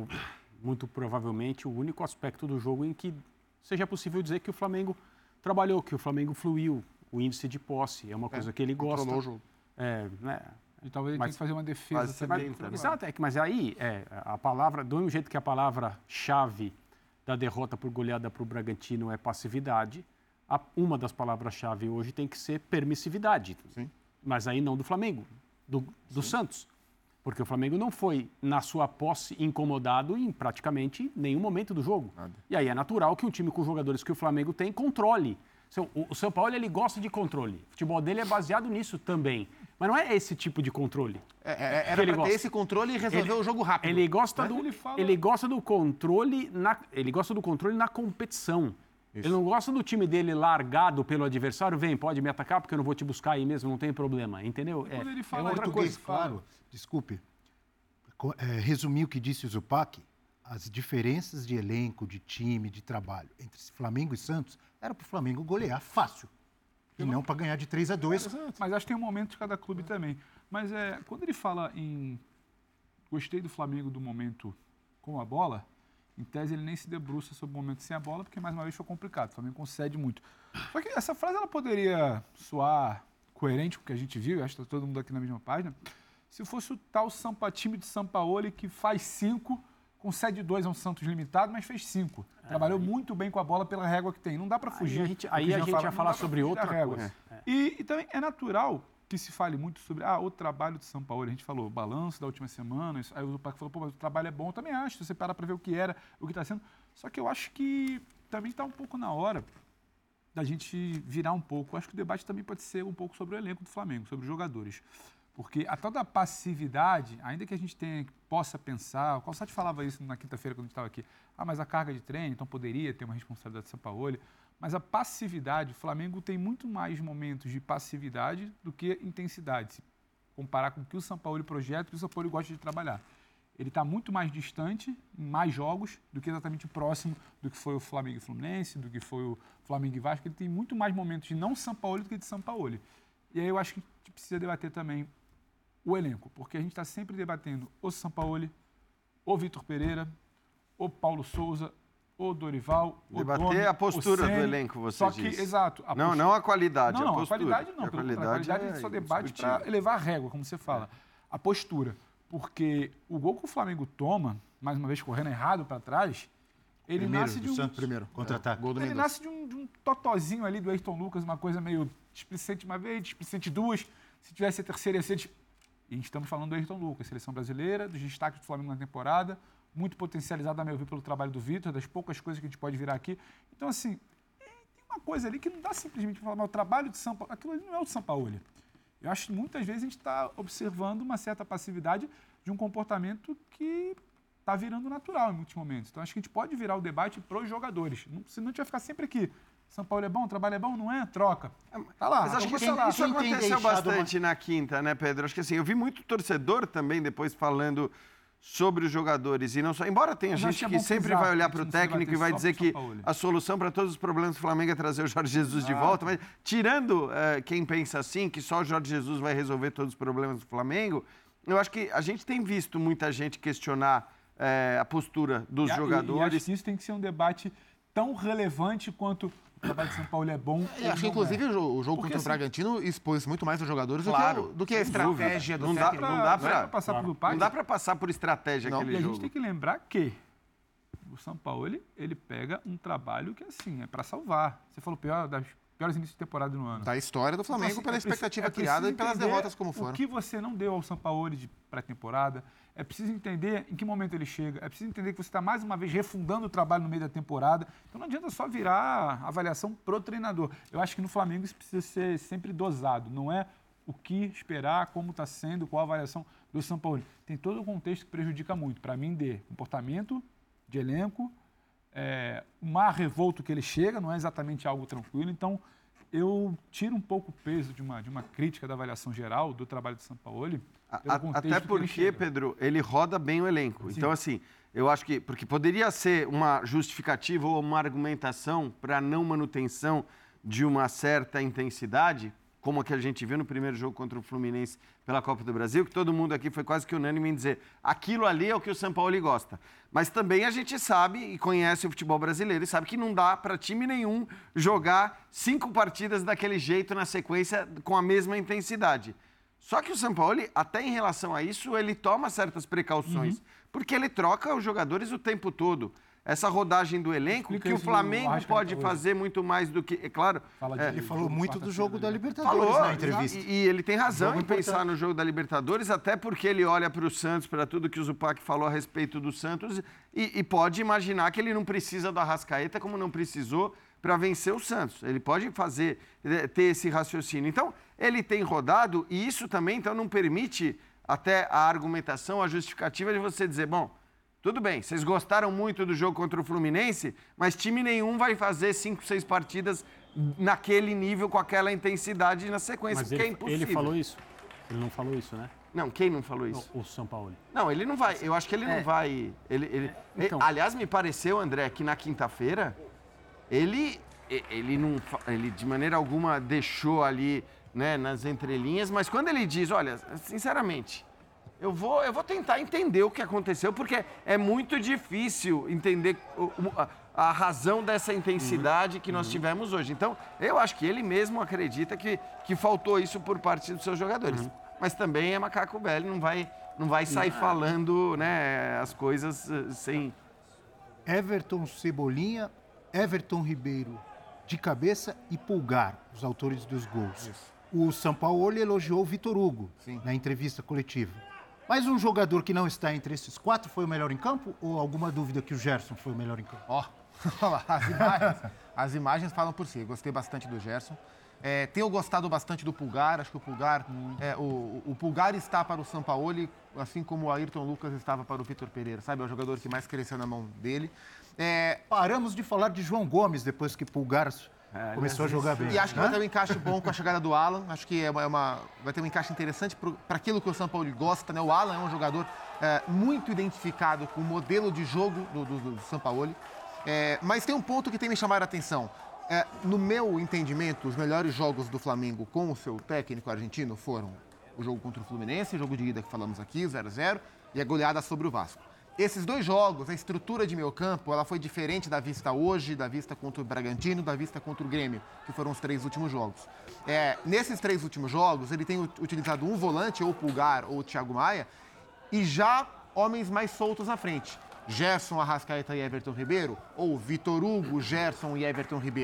muito provavelmente, o único aspecto do jogo em que seja possível dizer que o Flamengo trabalhou, que o Flamengo fluiu, o índice de posse, é uma coisa que ele gosta. Controlou o jogo. Né? E talvez ele tenha que fazer uma defesa também. Exato, mas aí, a palavra, do mesmo jeito que a palavra-chave da derrota por goleada para o Bragantino é passividade, uma das palavras-chave hoje tem que ser permissividade. Sim. Mas aí não do Flamengo, do Santos. Porque o Flamengo não foi, na sua posse, incomodado em praticamente nenhum momento do jogo. Nada. E aí é natural que um time com jogadores que o Flamengo tem controle. O São Paulo ele gosta de controle. O futebol dele é baseado nisso também. Mas não é esse tipo de controle. Era para ter esse controle e resolver o jogo rápido. Ele gosta do controle na competição. Isso. Ele não gosta do time dele largado pelo adversário. Vem, pode me atacar porque eu não vou te buscar aí mesmo, não tem problema. Entendeu? Ele fala outra coisa. Claro, desculpe. Resumir o que disse o Zupac, as diferenças de elenco, de time, de trabalho entre Flamengo e Santos era para o Flamengo golear fácil. E não para ganhar de 3-2. Mas acho que tem um momento de cada clube também. Mas quando ele fala em gostei do Flamengo do momento com a bola, em tese ele nem se debruça sobre o momento sem a bola, porque mais uma vez foi complicado. O Flamengo concede muito. Só que essa frase ela poderia soar coerente com o que a gente viu, acho que está todo mundo aqui na mesma página, se fosse o tal time de Sampaoli que faz 5, concede 2 a um Santos limitado, mas fez 5. Trabalhou muito bem com a bola pela régua que tem. Não dá para fugir. Aí a gente ia falar sobre outra coisa. E também é natural que se fale muito sobre o trabalho de Sampaoli. A gente falou balanço da última semana, aí o Zupac falou, mas o trabalho é bom. Eu também acho, se você parar para ver o que era, o que está sendo. Só que eu acho que também está um pouco na hora da gente virar um pouco. Eu acho que o debate também pode ser um pouco sobre o elenco do Flamengo, sobre os jogadores. Porque a tal da passividade, ainda que a gente possa pensar, o Calçati falava isso na quinta-feira quando a gente estava aqui, mas a carga de treino, então poderia ter uma responsabilidade de Sampaoli, mas a passividade, o Flamengo tem muito mais momentos de passividade do que intensidade, se comparar com o que o Sampaoli projeta, o que o Sampaoli gosta de trabalhar. Ele está muito mais distante, em mais jogos, do que exatamente próximo do que foi o Flamengo e Fluminense, do que foi o Flamengo e Vasco. Ele tem muito mais momentos de não Sampaoli do que de Sampaoli. E aí eu acho que a gente precisa debater também o elenco, porque a gente está sempre debatendo o Sampaoli, o Vitor Pereira, o Paulo Souza, o Dorival, debater o Domi, a postura do elenco, você diz. Exato. Não a qualidade, não, a postura. A qualidade não. A qualidade a gente só debate para elevar a régua, como você fala. A postura. Porque o gol que o Flamengo toma, mais uma vez correndo errado para trás, ele nasce de um... Primeiro, contra-ataque. Ele nasce de um totozinho ali do Ayrton Lucas, uma coisa meio displicente uma vez, displicente duas. Se tivesse a terceira, ia ser... E a gente estamos falando do Ayrton Lucas, seleção brasileira, dos destaques do Flamengo na temporada, muito potencializado, a meu ver, pelo trabalho do Vitor, das poucas coisas que a gente pode virar aqui. Então, assim, tem uma coisa ali que não dá simplesmente para falar, mas o trabalho de Sampaoli, aquilo ali não é o de Sampaoli. Eu acho que muitas vezes a gente está observando uma certa passividade de um comportamento que está virando natural em muitos momentos. Então, acho que a gente pode virar o debate para os jogadores. Senão a gente vai ficar sempre aqui. São Paulo é bom, o trabalho é bom, não é? Troca. Tá lá. Mas acho que isso aconteceu bastante na quinta, né, Pedro? Acho que assim, eu vi muito torcedor também depois falando sobre os jogadores e não só. Embora tenha gente que sempre vai olhar para o técnico e vai dizer que a solução para todos os problemas do Flamengo é trazer o Jorge Jesus de volta, mas tirando quem pensa assim, que só o Jorge Jesus vai resolver todos os problemas do Flamengo, eu acho que a gente tem visto muita gente questionar a postura dos jogadores. E acho que isso tem que ser um debate tão relevante quanto o trabalho de São Paulo é bom. Eu acho que, inclusive, o jogo contra o Bragantino expôs muito mais os jogadores do que a estratégia do técnico. Não dá para passar por estratégia aquele jogo. E a gente tem que lembrar que o São Paulo, ele pega um trabalho que, assim, é para salvar. Você falou das piores inícios de temporada no ano. Da história do Flamengo, então, assim, pela expectativa criada e pelas derrotas como foram. O que você não deu ao São Paulo de pré-temporada, é preciso entender em que momento ele chega, é preciso entender que você está mais uma vez refundando o trabalho no meio da temporada. Então não adianta só virar avaliação pro treinador. Eu acho que no Flamengo isso precisa ser sempre dosado, não é o que esperar, como está sendo, qual a avaliação do São Paulo. Tem todo o contexto que prejudica muito. Para mim, de comportamento, de elenco, o mar revolto que ele chega, não é exatamente algo tranquilo. Então, eu tiro um pouco o peso de uma crítica da avaliação geral do trabalho de São Paulo. Até porque, Pedro, ele roda bem o elenco. Sim. Então, assim, eu acho que... Porque poderia ser uma justificativa ou uma argumentação para não manutenção de uma certa intensidade, como a que a gente viu no primeiro jogo contra o Fluminense pela Copa do Brasil, que todo mundo aqui foi quase que unânime em dizer aquilo ali é o que o São Paulo gosta. Mas também a gente sabe e conhece o futebol brasileiro e sabe que não dá para time nenhum jogar 5 partidas daquele jeito na sequência com a mesma intensidade. Só que o São Paulo, até em relação a isso, ele toma certas precauções, porque ele troca os jogadores o tempo todo. Essa rodagem do elenco, que o Flamengo pode fazer muito mais do que... É claro... Ele falou muito do jogo da Libertadores na entrevista. E ele tem razão em pensar no jogo da Libertadores, até porque ele olha para o Santos, para tudo que o Zupac falou a respeito do Santos, e pode imaginar que ele não precisa do Arrascaeta como não precisou para vencer o Santos. Ele pode ter esse raciocínio. Então, ele tem rodado, e isso também então, não permite até a argumentação, a justificativa de você dizer, bom, tudo bem, vocês gostaram muito do jogo contra o Fluminense, mas time nenhum vai fazer 5, 6 partidas naquele nível, com aquela intensidade na sequência, porque é impossível. Ele falou isso? Ele não falou isso, né? Não, quem não falou isso? O São Paulo. Não, ele não vai. Eu acho que ele não vai. Então, aliás, me pareceu, André, que na quinta-feira ele de maneira alguma deixou ali, né, nas entrelinhas, mas quando ele diz, olha, sinceramente, eu vou tentar entender o que aconteceu, porque é muito difícil entender a razão dessa intensidade que nós tivemos hoje. Então, eu acho que ele mesmo acredita que faltou isso por parte dos seus jogadores. Mas também é macaco velho, não vai sair falando, né, as coisas sem... Everton Cebolinha, Everton Ribeiro de cabeça e Pulgar, os autores dos gols. Isso. O São Paulo elogiou o Vitor Hugo na entrevista coletiva. Mas um jogador que não está entre esses 4 foi o melhor em campo? Ou alguma dúvida que o Gerson foi o melhor em campo? As imagens falam por si. Gostei bastante do Gerson. Tenho gostado bastante do Pulgar. Acho que o Pulgar... o Pulgar está para o Sampaoli, assim como o Ayrton Lucas estava para o Vitor Pereira. Sabe? É o jogador que mais cresceu na mão dele. Paramos de falar de João Gomes depois que Pulgar começou a jogar bem. E acho que vai ter um encaixe bom com a chegada do Alan. Acho que vai ter um encaixe interessante para aquilo que o São Paulo gosta, né? O Alan é um jogador muito identificado com o modelo de jogo do São Paulo. Mas tem um ponto que tem me chamado a atenção. No meu entendimento, os melhores jogos do Flamengo com o seu técnico argentino foram o jogo contra o Fluminense, o jogo de ida que falamos aqui, 0-0, e a goleada sobre o Vasco. Esses 2 jogos, a estrutura de meio campo, ela foi diferente da vista hoje, da vista contra o Bragantino, da vista contra o Grêmio, que foram os 3 últimos jogos. Nesses 3 últimos jogos, ele tem utilizado um volante, ou o Pulgar, ou o Thiago Maia, e já homens mais soltos na frente. Gerson, Arrascaeta e Everton Ribeiro, ou Vitor Hugo, Gerson e Everton Ribeiro.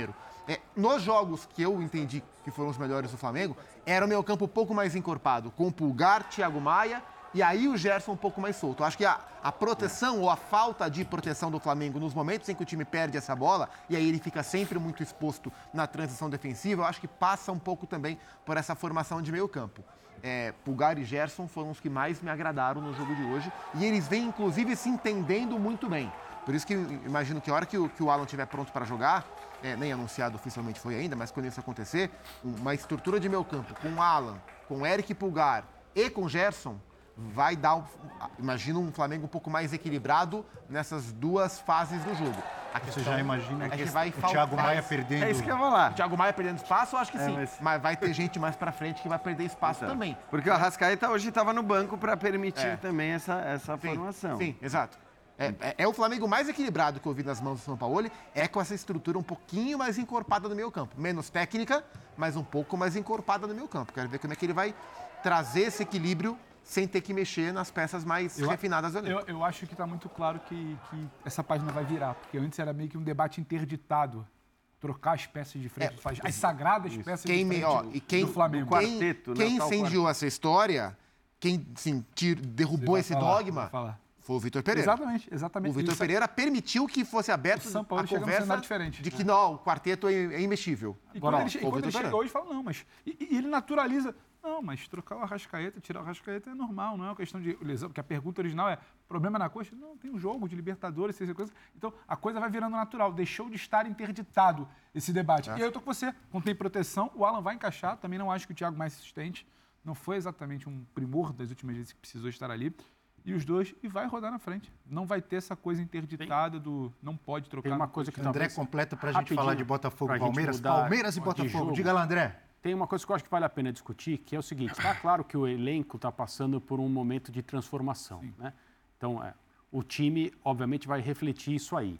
Nos jogos que eu entendi que foram os melhores do Flamengo, era o meio campo um pouco mais encorpado, com o Pulgar, Thiago Maia e aí o Gerson um pouco mais solto. Eu acho que a proteção ou a falta de proteção do Flamengo nos momentos em que o time perde essa bola, e aí ele fica sempre muito exposto na transição defensiva, eu acho que passa um pouco também por essa formação de meio campo. Pulgar e Gerson foram os que mais me agradaram no jogo de hoje, e eles vêm, inclusive, se entendendo muito bem. Por isso que imagino que a hora que o Alan estiver pronto para jogar, nem anunciado oficialmente foi ainda, mas quando isso acontecer, uma estrutura de meio campo com Alan, com Eric Pulgar e com Gerson, vai dar, imagino, um Flamengo um pouco mais equilibrado nessas duas fases do jogo. Você já imagina que vai o Thiago Maia perdendo... É isso que eu vou falar. O Thiago Maia perdendo espaço, eu acho que sim. Mas vai ter gente mais pra frente que vai perder espaço também. Porque o Arrascaeta hoje estava no banco para permitir também essa formação. Sim, exato. É o Flamengo mais equilibrado que eu vi nas mãos do Sampaoli, com essa estrutura um pouquinho mais encorpada no meio campo. Menos técnica, mas um pouco mais encorpada no meio campo. Quero ver como é que ele vai trazer esse equilíbrio sem ter que mexer nas peças mais refinadas ali. Eu acho que está muito claro que essa página vai virar, porque antes era meio que um debate interditado. Trocar as peças de frente, as sagradas peças de frente do Flamengo. Quem incendiou essa história, quem derrubou esse dogma, foi o Vitor Pereira. Exatamente. O Vitor Pereira permitiu que fosse aberto a conversa de que o quarteto é imexível. E quando ele chega hoje, fala, não, mas... E ele naturaliza... Não, mas trocar o Arrascaeta, tirar o Arrascaeta é normal, não é uma questão de lesão, porque a pergunta original é, problema na coxa? Não, tem um jogo de Libertadores, essa coisa. Então, a coisa vai virando natural, deixou de estar interditado esse debate. E aí eu tô com você, não tem proteção, o Alan vai encaixar, também não acho que o Thiago mais assistente, não foi exatamente um primor das últimas vezes que precisou estar ali, e os dois, e vai rodar na frente. Não vai ter essa coisa interditada do não pode trocar. Tem uma coisa que André completa pra gente falar de Botafogo e Palmeiras. Palmeiras e Botafogo. Diga lá, André. Tem uma coisa que eu acho que vale a pena discutir, que é o seguinte, está claro que o elenco está passando por um momento de transformação, né? Então, o time, obviamente, vai refletir isso aí.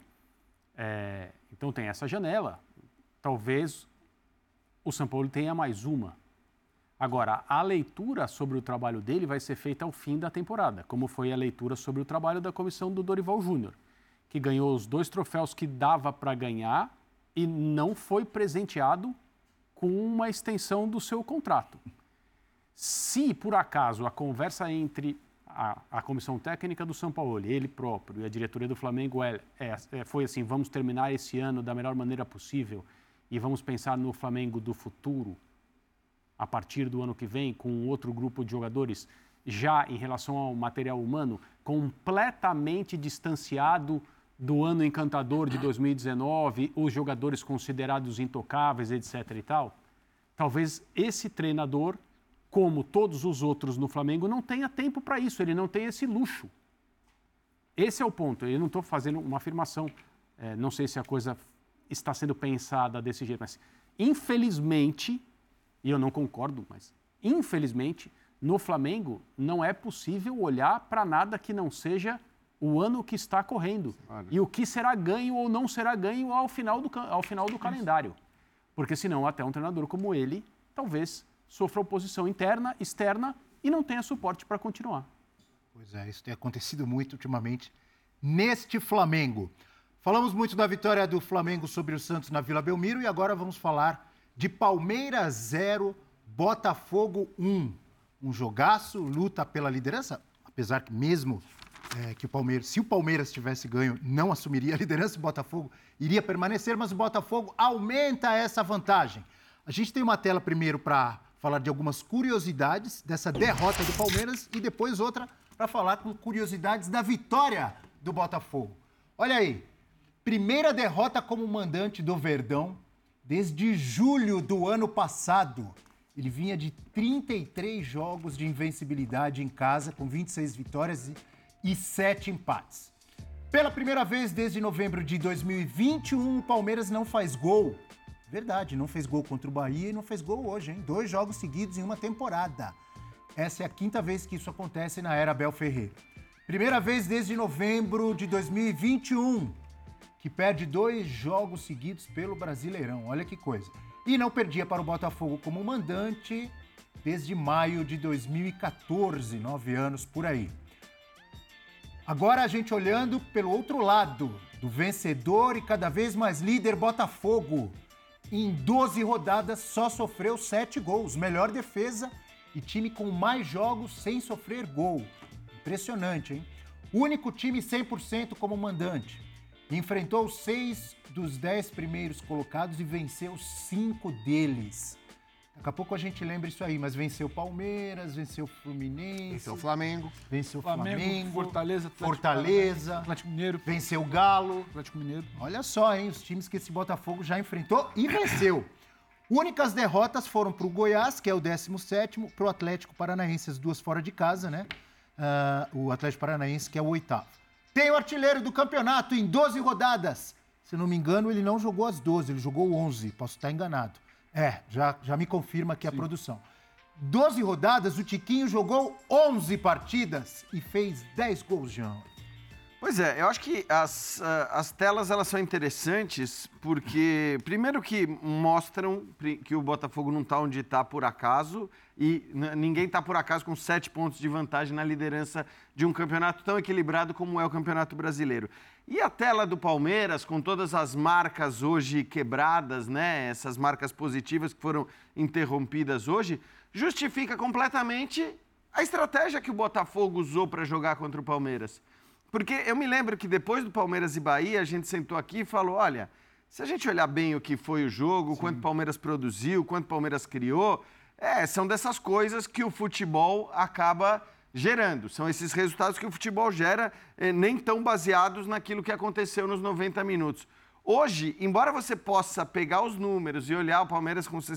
Então, tem essa janela. Talvez o São Paulo tenha mais uma. Agora, a leitura sobre o trabalho dele vai ser feita ao fim da temporada, como foi a leitura sobre o trabalho da comissão do Dorival Júnior, que ganhou os 2 troféus que dava para ganhar e não foi presenteado com uma extensão do seu contrato. Se, por acaso, a conversa entre a comissão técnica do São Paulo, ele próprio e a diretoria do Flamengo foi assim, vamos terminar esse ano da melhor maneira possível e vamos pensar no Flamengo do futuro, a partir do ano que vem, com outro grupo de jogadores, já em relação ao material humano, completamente distanciado do ano encantador de 2019, os jogadores considerados intocáveis, etc. e tal, talvez esse treinador, como todos os outros no Flamengo, não tenha tempo para isso, ele não tem esse luxo. Esse é o ponto, eu não estou fazendo uma afirmação, não sei se a coisa está sendo pensada desse jeito, mas infelizmente, e eu não concordo, mas infelizmente, no Flamengo não é possível olhar para nada que não seja o ano que está correndo e o que será ganho ou não será ganho ao final do calendário. Porque senão até um treinador como ele talvez sofra oposição interna, externa e não tenha suporte para continuar. Pois é, isso tem acontecido muito ultimamente neste Flamengo. Falamos muito da vitória do Flamengo sobre o Santos na Vila Belmiro e agora vamos falar de Palmeiras 0, Botafogo 1. Um jogaço, luta pela liderança, apesar que mesmo que se o Palmeiras tivesse ganho, não assumiria a liderança, o Botafogo iria permanecer, mas o Botafogo aumenta essa vantagem. A gente tem uma tela primeiro para falar de algumas curiosidades dessa derrota do Palmeiras e depois outra para falar com curiosidades da vitória do Botafogo. Olha aí, primeira derrota como mandante do Verdão desde julho do ano passado. Ele vinha de 33 jogos de invencibilidade em casa, com 26 vitórias e 7 empates. Pela primeira vez desde novembro de 2021, o Palmeiras não faz gol. Verdade, não fez gol contra o Bahia e não fez gol hoje, hein? 2 jogos seguidos em uma temporada. Essa é a 5ª vez que isso acontece na era Abel Ferreira. Primeira vez desde novembro de 2021, que perde 2 jogos seguidos pelo Brasileirão. Olha que coisa. E não perdia para o Botafogo como mandante desde maio de 2014, 9 anos por aí. Agora a gente olhando pelo outro lado, do vencedor e cada vez mais líder Botafogo. em 12 rodadas só sofreu 7 gols. Melhor defesa e time com mais jogos sem sofrer gol. Impressionante, hein? Único time 100% como mandante. Enfrentou 6 dos 10 primeiros colocados e venceu 5 deles. Daqui a pouco a gente lembra isso aí, mas venceu Palmeiras, venceu Fluminense. Venceu Flamengo. Venceu Flamengo. Fortaleza, Atlético Mineiro. Venceu o Galo. Atlético Mineiro. Olha só, hein, os times que esse Botafogo já enfrentou e venceu. Únicas derrotas foram para o Goiás, que é o 17º, para o Atlético Paranaense, as 2 fora de casa, né? O Atlético Paranaense, que é o 8º. Tem o artilheiro do campeonato em 12 rodadas. Se não me engano, ele não jogou as 12, ele jogou 11. Posso estar enganado. Já me confirma aqui a produção. 12 rodadas, o Tiquinho jogou 11 partidas e fez 10 gols, Jean. Pois é, eu acho que as telas elas são interessantes porque, primeiro que mostram que o Botafogo não está onde está por acaso e ninguém está por acaso com 7 pontos de vantagem na liderança de um campeonato tão equilibrado como é o Campeonato Brasileiro. E a tela do Palmeiras, com todas as marcas hoje quebradas, né, essas marcas positivas que foram interrompidas hoje, justifica completamente a estratégia que o Botafogo usou para jogar contra o Palmeiras. Porque eu me lembro que depois do Palmeiras e Bahia, a gente sentou aqui e falou, olha, se a gente olhar bem o que foi o jogo, quanto o Palmeiras produziu, quanto o Palmeiras criou, são dessas coisas que o futebol acaba gerando. São esses resultados que o futebol gera, nem tão baseados naquilo que aconteceu nos 90 minutos. Hoje, embora você possa pegar os números e olhar o Palmeiras com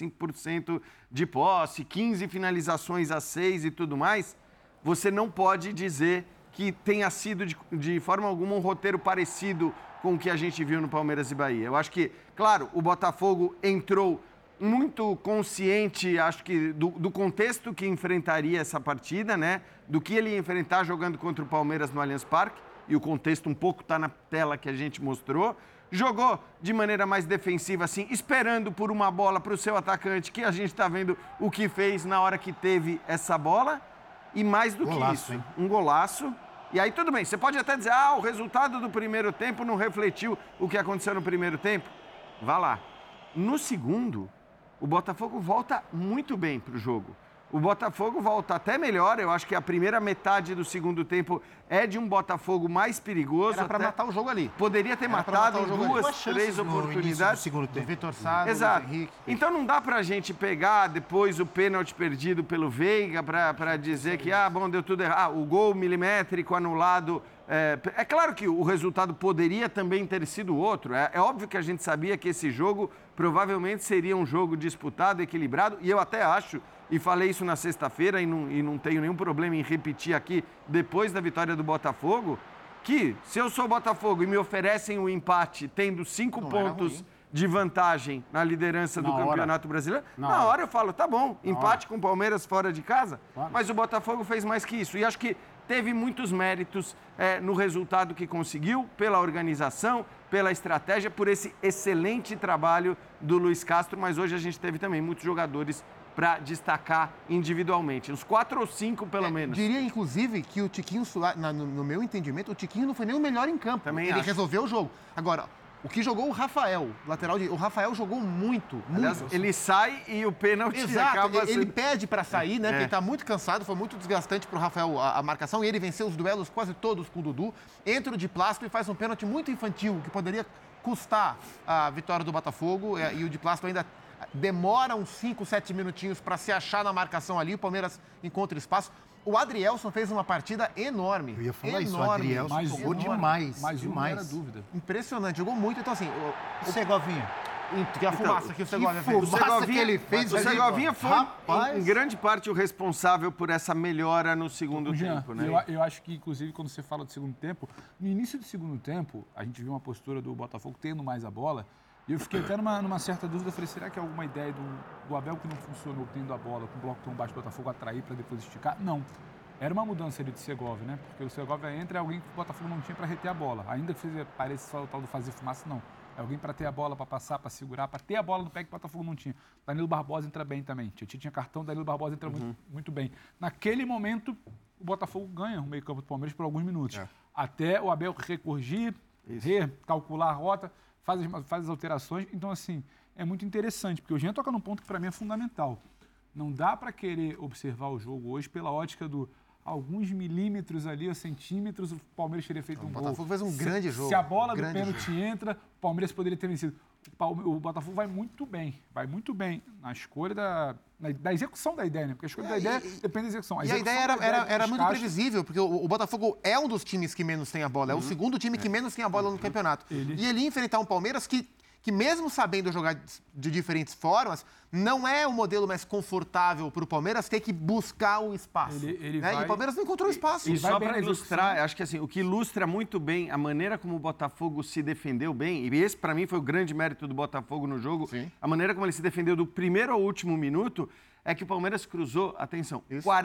65% de posse, 15 finalizações a 6 e tudo mais, você não pode dizer que tenha sido de forma alguma um roteiro parecido com o que a gente viu no Palmeiras e Bahia. Eu acho que, claro, o Botafogo entrou muito consciente, acho que, do contexto que enfrentaria essa partida, né? Do que ele ia enfrentar jogando contra o Palmeiras no Allianz Parque, e o contexto um pouco está na tela que a gente mostrou. Jogou de maneira mais defensiva, assim, esperando por uma bola para o seu atacante, que a gente está vendo o que fez na hora que teve essa bola. E mais do que isso, hein? Um golaço. E aí tudo bem, você pode até dizer, o resultado do primeiro tempo não refletiu o que aconteceu no primeiro tempo. Vá lá. No segundo, o Botafogo volta muito bem para o jogo. O Botafogo volta até melhor, eu acho que a primeira metade do segundo tempo é de um Botafogo mais perigoso. Era para matar o jogo ali. Poderia ter matado em 2, 3 oportunidades. Do segundo tempo. Vitor Sá, Exato. Luiz Henrique. Então não dá pra gente pegar depois o pênalti perdido pelo Veiga para dizer que, deu tudo errado. O gol milimétrico anulado. É claro que o resultado poderia também ter sido outro. É óbvio que a gente sabia que esse jogo provavelmente seria um jogo disputado, equilibrado, e eu até acho, e falei isso na sexta-feira e não tenho nenhum problema em repetir aqui depois da vitória do Botafogo, que se eu sou Botafogo e me oferecem o empate tendo 5 pontos de vantagem na liderança do Campeonato Brasileiro, na hora eu falo, tá bom, empate com o Palmeiras fora de casa, mas o Botafogo fez mais que isso. E acho que teve muitos méritos no resultado que conseguiu, pela organização, pela estratégia, por esse excelente trabalho do Luiz Castro, mas hoje a gente teve também muitos jogadores para destacar individualmente, uns 4 ou 5 pelo menos. Diria, inclusive, que o Tiquinho, no meu entendimento, o Tiquinho não foi nem o melhor em campo. Também ele acho. resolveu o jogo. Agora, o que jogou o Rafael, lateral o Rafael jogou muito. Aliás, ele sai e o pênalti Exato, acaba ele pede para sair, né? Porque ele está muito cansado, foi muito desgastante para o Rafael a marcação, e ele venceu os duelos quase todos com o Dudu. Entra o de Plácido e faz um pênalti muito infantil, que poderia custar a vitória do Botafogo, e o de Plácido ainda demora uns 5, 7 minutinhos para se achar na marcação ali, o Palmeiras encontra espaço. O Adrielson fez uma partida enorme. Eu ia falar isso, o Adrielson jogou demais. Mais demais. uma era dúvida. Impressionante, jogou muito. Então, assim... O Segovinha. Que a fumaça que o Segovinha fez. O Segovinha foi, Rapaz. em grande parte, o responsável por essa melhora no segundo tempo, né? Eu acho que, inclusive, quando você fala do segundo tempo, no início do segundo tempo, a gente viu uma postura do Botafogo tendo mais a bola, e eu fiquei até numa certa dúvida, falei, será que é alguma ideia do Abel que não funcionou tendo a bola, com o bloco tão baixo do Botafogo atrair para depois esticar? Não. Era uma mudança ali de Segovia, né? Porque o Segovia entra, é alguém que o Botafogo não tinha para reter a bola. Ainda que pareça só o tal do fazer fumaça, não. É alguém para ter a bola, para passar, para segurar, para ter a bola no pé que o Botafogo não tinha. Danilo Barbosa entra bem também. Tietchan tinha cartão, Danilo Barbosa entra muito bem. Naquele momento, o Botafogo ganha o meio-campo do Palmeiras por alguns minutos. Até o Abel recorrigir, recalcular a rota, faz as alterações. Então, assim, é muito interessante, porque o Jean toca num ponto que para mim é fundamental. Não dá para querer observar o jogo hoje pela ótica do alguns milímetros ali, ou centímetros, o Palmeiras teria feito um gol. O Botafogo fez um grande jogo. Se a bola do pênalti entra, o Palmeiras poderia ter vencido. O Botafogo vai muito bem na escolha da execução da ideia, né? Porque a escolha da ideia depende da execução. E a ideia era muito previsível, porque o Botafogo é um dos times que menos tem a bola, é o segundo time que menos tem a bola no campeonato. E ele ia enfrentar um Palmeiras que mesmo sabendo jogar de diferentes formas, não é o modelo mais confortável para o Palmeiras ter que buscar o espaço. E o Palmeiras não encontrou espaço. E só para ilustrar, acho que assim, o que ilustra muito bem a maneira como o Botafogo se defendeu bem, e esse para mim foi o grande mérito do Botafogo no jogo, a maneira como ele se defendeu do primeiro ao último minuto, é que o Palmeiras cruzou, atenção,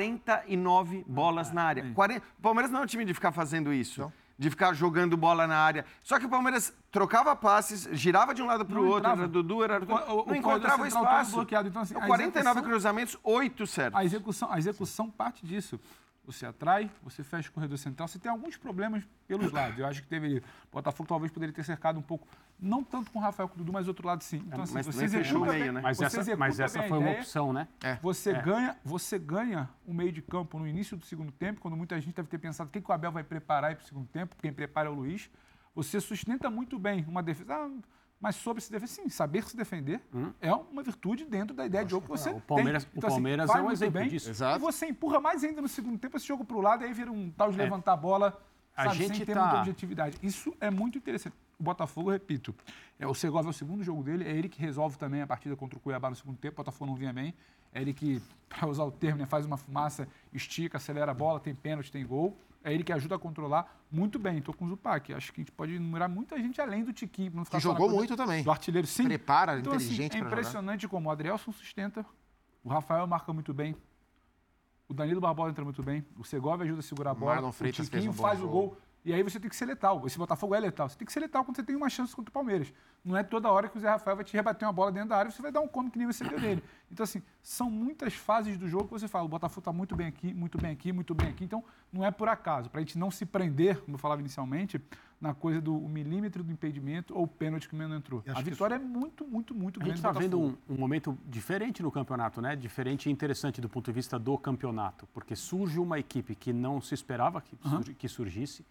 49 bolas na área. O Palmeiras não é um time de ficar fazendo isso. De ficar jogando bola na área. Só que o Palmeiras trocava passes, girava de um lado para o outro, era Dudu, era... não encontrava espaço. Bloqueado. Então, assim, 49 cruzamentos, 8 certos. A execução parte disso. Você atrai, você fecha o corredor central, você tem alguns problemas pelos lados. Eu acho que o Botafogo talvez poderia ter cercado um pouco, não tanto com o Rafael com o Dudu, mas do outro lado sim. Então, assim, mas você executa meio, né? Mas essa foi uma opção, né? Você ganha o meio de campo no início do segundo tempo, quando muita gente deve ter pensado o que o Abel vai preparar aí para o segundo tempo, quem prepara é o Luiz. Você sustenta muito bem uma defesa... mas sobre se defender, sim, saber se defender é uma virtude dentro da ideia de jogo que você tem. O Palmeiras é um exemplo disso. Exato. E você empurra mais ainda no segundo tempo esse jogo para o lado e aí vira um tal de levantar a bola, sem ter muita objetividade. Isso é muito interessante. O Botafogo, repito, o Segovia é o segundo jogo dele, é ele que resolve também a partida contra o Cuiabá no segundo tempo, o Botafogo não vinha bem, é ele que, para usar o termo, né, faz uma fumaça, estica, acelera a bola, tem pênalti, tem gol. É ele que ajuda a controlar muito bem. Estou com o Zupac. Acho que a gente pode enumerar muita gente além do Tiquinho. Não ficar que jogou muito também. Do artilheiro, sim. Prepara, então, inteligente assim, é impressionante como o Adrielson sustenta, o Rafael marca muito bem, o Danilo Barbosa entra muito bem, o Segovia ajuda a segurar a bola, o Tiquinho faz o gol. E aí você tem que ser letal. Esse Botafogo é letal. Você tem que ser letal quando você tem uma chance contra o Palmeiras. Não é toda hora que o Zé Rafael vai te rebater uma bola dentro da área e você vai dar um come que nem você deu nele. Então, assim, são muitas fases do jogo que você fala, o Botafogo está muito bem aqui, muito bem aqui, muito bem aqui. Então, não é por acaso. Para a gente não se prender, como eu falava inicialmente, na coisa do milímetro do impedimento ou pênalti que não entrou. A vitória é muito, muito, muito grande. A gente está vendo um momento diferente no campeonato, né? Diferente e interessante do ponto de vista do campeonato. Porque surge uma equipe que não se esperava que surgisse.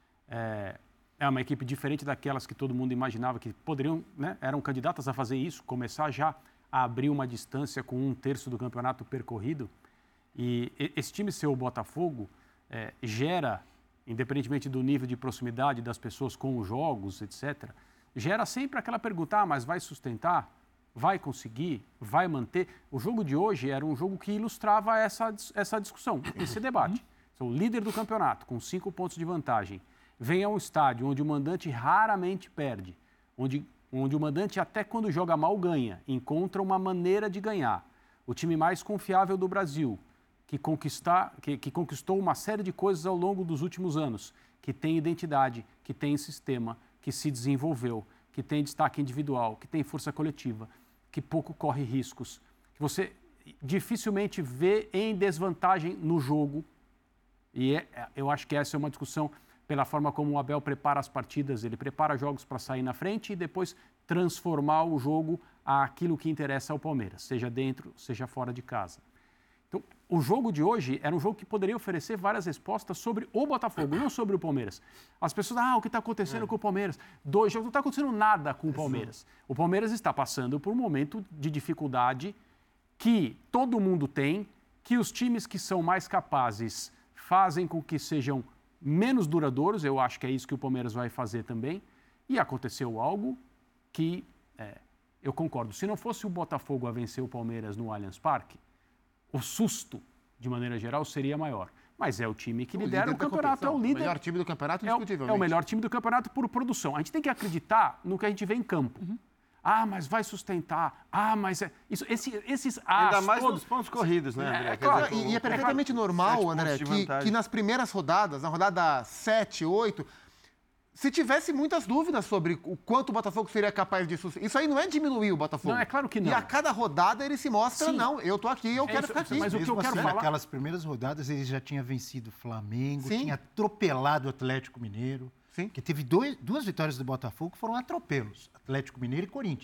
É uma equipe diferente daquelas que todo mundo imaginava que poderiam, né, eram candidatas a fazer isso, começar já a abrir uma distância com 1/3 do campeonato percorrido. E esse time ser o Botafogo gera, independentemente do nível de proximidade das pessoas com os jogos, etc., gera sempre aquela pergunta, mas vai sustentar? Vai conseguir? Vai manter? O jogo de hoje era um jogo que ilustrava essa discussão, esse debate. Sou o líder do campeonato, com 5 pontos de vantagem. Vem a um estádio onde o mandante raramente perde, onde o mandante até quando joga mal ganha, encontra uma maneira de ganhar. O time mais confiável do Brasil, que conquistou uma série de coisas ao longo dos últimos anos, que tem identidade, que tem sistema, que se desenvolveu, que tem destaque individual, que tem força coletiva, que pouco corre riscos, que você dificilmente vê em desvantagem no jogo. E eu acho que essa é uma discussão pela forma como o Abel prepara as partidas. Ele prepara jogos para sair na frente e depois transformar o jogo àquilo que interessa ao Palmeiras, seja dentro, seja fora de casa. Então, o jogo de hoje era um jogo que poderia oferecer várias respostas sobre o Botafogo, não sobre o Palmeiras. As pessoas, o que está acontecendo com o Palmeiras? Dois jogos, não está acontecendo nada com o Palmeiras. O Palmeiras está passando por um momento de dificuldade que todo mundo tem, que os times que são mais capazes fazem com que sejam menos duradouros. Eu acho que é isso que o Palmeiras vai fazer também. E aconteceu algo que, eu concordo, se não fosse o Botafogo a vencer o Palmeiras no Allianz Parque, o susto, de maneira geral, seria maior. Mas é o time que lidera o campeonato, é o líder. O melhor time do campeonato, indiscutivelmente. É o melhor time do campeonato por produção. A gente tem que acreditar no que a gente vê em campo. Mas vai sustentar. Mas esses ainda mais nos pontos corridos, né, André? Claro, e é perfeitamente normal, André, que nas primeiras rodadas, na rodada 7, 8, se tivesse muitas dúvidas sobre o quanto o Botafogo seria capaz de sustentar. Isso aí não é diminuir o Botafogo. Não, é claro que não. E a cada rodada ele se mostra, não, eu tô aqui, eu quero ficar aqui. Mas o que eu quero falar... Naquelas primeiras rodadas ele já tinha vencido o Flamengo, tinha atropelado o Atlético Mineiro. Sim. Que teve duas vitórias do Botafogo que foram atropelos, Atlético Mineiro e Corinthians.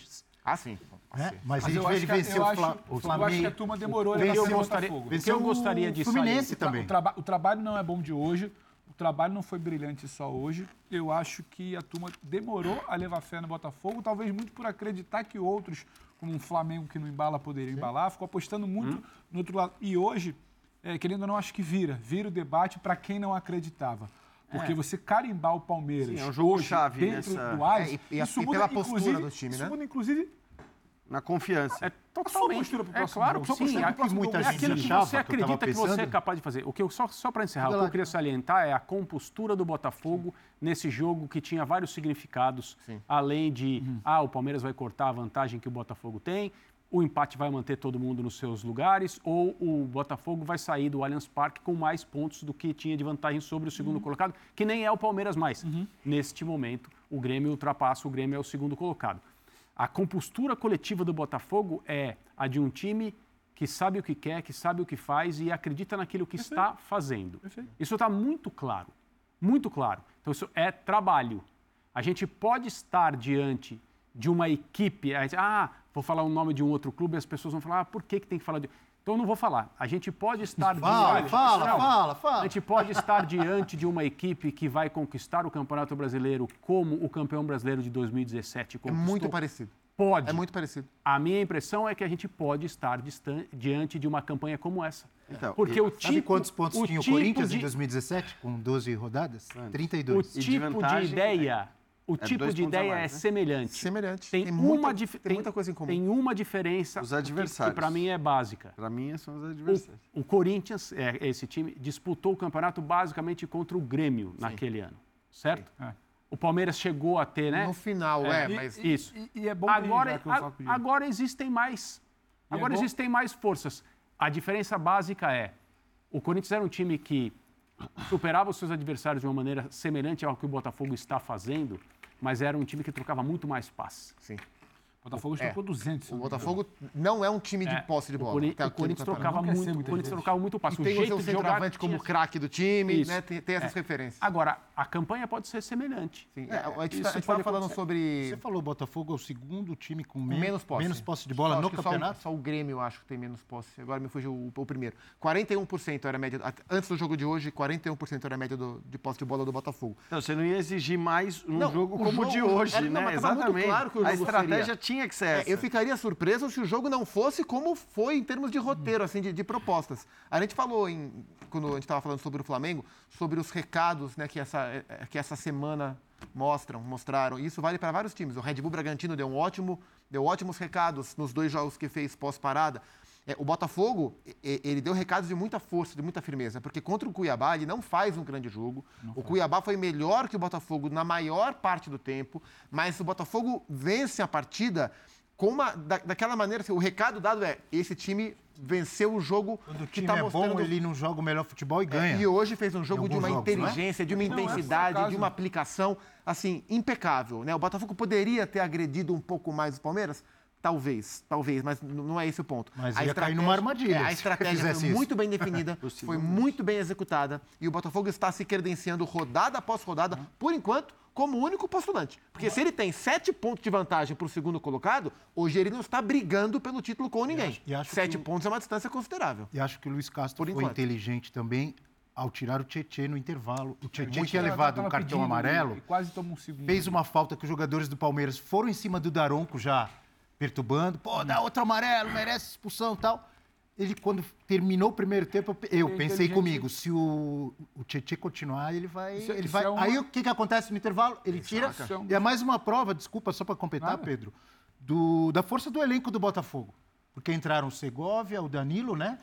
Ah, sim. Né? Mas a eu gente vê acho ele que vencer o eu Flamengo. acho que a turma demorou a levar venceu o o Botafogo. venceu eu gostaria de o Fluminense salientar. também. O trabalho não é bom de hoje. O trabalho não foi brilhante só hoje. Eu acho que a turma demorou a levar fé no Botafogo, talvez muito por acreditar que outros, como um Flamengo que não embala, poderiam embalar. Ficou apostando muito no outro lado. E hoje, querendo ou não, acho que vira o debate para quem não acreditava. Porque você carimbar o Palmeiras é um jogo hoje, chave dentro nessa... do Allianz, isso e muda, pela postura inclusive, do time, isso né? muda, inclusive, Na confiança. Totalmente. postura pro É próximo claro jogo. que Sua sim. postura pro É próximo muita jogo. gente aquilo que achava você que eu tava acredita que você é pensando. capaz de fazer. Só para encerrar, o que eu queria salientar é a compostura do Botafogo nesse jogo que tinha vários significados, além de, o Palmeiras vai cortar a vantagem que o Botafogo tem, o empate vai manter todo mundo nos seus lugares, ou o Botafogo vai sair do Allianz Parque com mais pontos do que tinha de vantagem sobre o segundo colocado, que nem é o Palmeiras mais. Neste momento, o Grêmio ultrapassa, o Grêmio é o segundo colocado. A compostura coletiva do Botafogo é a de um time que sabe o que quer, que sabe o que faz e acredita naquilo que está fazendo. Isso está muito claro, muito claro. Então, isso é trabalho. A gente pode estar diante de uma equipe, vou falar o nome de um outro clube e as pessoas vão falar, por que tem que falar de... Então, eu não vou falar. A gente pode estar Fala. A gente pode estar diante de uma equipe que vai conquistar o Campeonato Brasileiro como o campeão brasileiro de 2017 conquistou. É muito parecido. Pode. É muito parecido. A minha impressão é que a gente pode estar diante de uma campanha como essa. Então, porque o tipo, Sabe quantos pontos tinha o tipo Corinthians em 2017, com 12 rodadas? 32. O tipo de ideia... O É tipo 2 de pontos a ideia mais, é né? semelhante. Semelhante. Tem muita coisa em comum. Tem uma diferença Os adversários. que para mim é básica. Para mim, são os adversários. O Corinthians, esse time, disputou o campeonato basicamente contra o Grêmio naquele ano, certo? O Palmeiras chegou a ter, né? No final, mas... Isso. E é bom Agora existem mais. Agora existem mais forças. A diferença básica é, o Corinthians era um time que superava os seus adversários de uma maneira semelhante ao que o Botafogo está fazendo, mas era um time que trocava muito mais passes. Sim. O Botafogo trocou 200. O Botafogo não é um time de posse de bola. O Corinthians trocava muito passe. E tem o seu centroavante como craque do time, né? Tem essas referências. Agora, a campanha pode ser semelhante. Sim. A gente estava falando sobre... Você falou, o Botafogo é o segundo time com menos posse de bola no campeonato? Só o Grêmio, eu acho, que tem menos posse. Agora me fugiu o primeiro. 41% era a média. Antes do jogo de hoje, 41% era a média de posse de bola do Botafogo. Então, você não ia exigir mais jogo como o de hoje, né? Exatamente. Claro que o jogo a estratégia tinha que ser essa. Eu ficaria surpreso se o jogo não fosse como foi em termos de roteiro, assim, de propostas. A gente falou, quando a gente estava falando sobre o Flamengo, sobre os recados, né, que essa semana mostraram. E isso vale para vários times. O Red Bull Bragantino deu ótimos recados nos 2 jogos que fez pós-parada. O Botafogo, ele deu recados de muita força, de muita firmeza, porque contra o Cuiabá ele não faz um grande jogo. O Cuiabá foi melhor que o Botafogo na maior parte do tempo, mas o Botafogo vence a partida daquela maneira, assim, o recado dado é, esse time venceu o jogo quando que está mostrando... Bom, ele não joga o melhor futebol e ganha. E hoje fez um jogo de uma jogos, inteligência, de uma intensidade, de uma aplicação, assim, impecável, né? O Botafogo poderia ter agredido um pouco mais o Palmeiras? Talvez, mas não é esse o ponto. Mas ia cair numa armadilha. A estratégia foi muito bem definida, foi muito bem executada, e o Botafogo está se credenciando rodada após rodada, por enquanto, como único postulante. Porque se ele tem 7 pontos de vantagem para o segundo colocado, hoje ele não está brigando pelo título com ninguém. 7 pontos é uma distância considerável. E acho que o Luiz Castro foi inteligente também ao tirar o Tietê no intervalo. O Tietê tinha levado um cartão amarelo, quase tomou um segundo. Fez uma falta que os jogadores do Palmeiras foram em cima do Daronco já perturbando. Pô, dá outro amarelo, merece expulsão e tal. Ele, quando terminou o primeiro tempo, eu pensei comigo, se o Tietê continuar, ele vai... Aí o que acontece no intervalo? Ele tira... E é mais uma prova, desculpa, só para completar, Pedro, da força do elenco do Botafogo. Porque entraram o Segovia, o Danilo, né?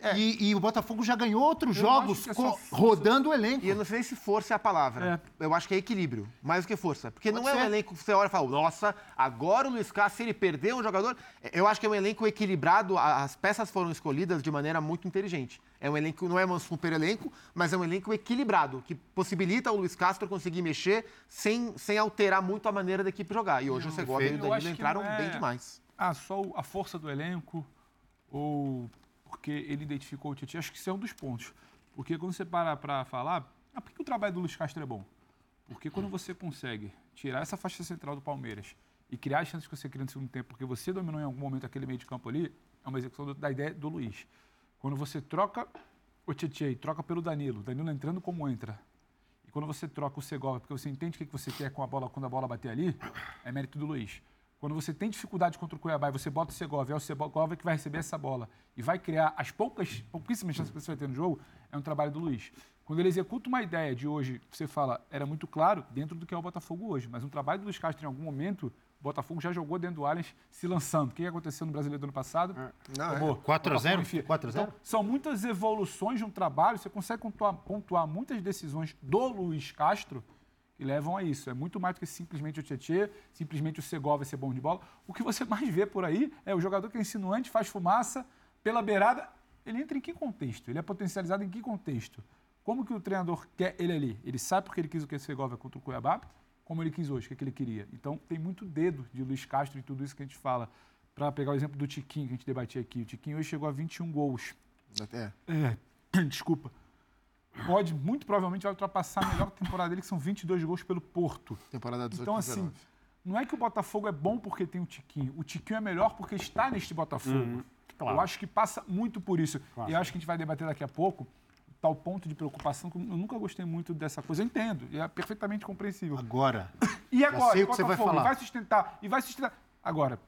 E o Botafogo já ganhou outros jogos rodando o elenco. E eu não sei se força é a palavra. Eu acho que é equilíbrio, mais do que força. Porque não é um elenco que você olha e fala, nossa, agora o Luiz Castro, se ele perder um jogador... Eu acho que é um elenco equilibrado, as peças foram escolhidas de maneira muito inteligente. É um elenco, não é um super elenco, mas é um elenco equilibrado, que possibilita o Luiz Castro conseguir mexer sem alterar muito a maneira da equipe jogar. E hoje o Segovia e o Danilo entraram bem demais. Só a força do elenco ou porque ele identificou o Tietê, acho que isso é um dos pontos. Porque quando você para falar, por que o trabalho do Luiz Castro é bom? Porque quando você consegue tirar essa faixa central do Palmeiras e criar as chances que você cria no segundo tempo, porque você dominou em algum momento aquele meio de campo ali, é uma execução da ideia do Luiz. Quando você troca o Tietchan e troca pelo Danilo entrando como entra, e quando você troca o Segovia, porque você entende o que você quer com a bola quando a bola bater ali, é mérito do Luiz. Quando você tem dificuldade contra o Cuiabá e você bota o Segovia, é o Segovia que vai receber essa bola e vai criar as pouquíssimas chances que você vai ter no jogo, é um trabalho do Luiz. Quando ele executa uma ideia de hoje, você fala, era muito claro dentro do que é o Botafogo hoje, mas um trabalho do Luiz Castro em algum momento, o Botafogo já jogou dentro do Allianz se lançando. O que aconteceu no Brasileiro do ano passado? 4-0? 4-0? Então, são muitas evoluções de um trabalho, você consegue pontuar muitas decisões do Luiz Castro que levam a isso. É muito mais do que simplesmente o Tietchan, simplesmente o Segovia ser bom de bola. O que você mais vê por aí é o jogador que é insinuante, faz fumaça pela beirada. Ele entra em que contexto? Ele é potencializado em que contexto? Como que o treinador quer ele ali? Ele sabe porque ele quis o que o Segovia contra o Cuiabá, como ele quis hoje, o que ele queria. Então, tem muito dedo de Luiz Castro em tudo isso que a gente fala. Para pegar o exemplo do Tiquinho, que a gente debatia aqui. O Tiquinho hoje chegou a 21 gols. Desculpa. Pode, muito provavelmente, vai ultrapassar a melhor temporada dele, que são 22 gols pelo Porto. Temporada 18, então, assim, não é que o Botafogo é bom porque tem o Tiquinho. O Tiquinho é melhor porque está neste Botafogo. Claro. Eu acho que passa muito por isso. Claro. E eu acho que a gente vai debater daqui a pouco tal ponto de preocupação, que eu nunca gostei muito dessa coisa. Eu entendo, e é perfeitamente compreensível. Agora. E agora? Sei o que você vai falar. Vai sustentar. Agora,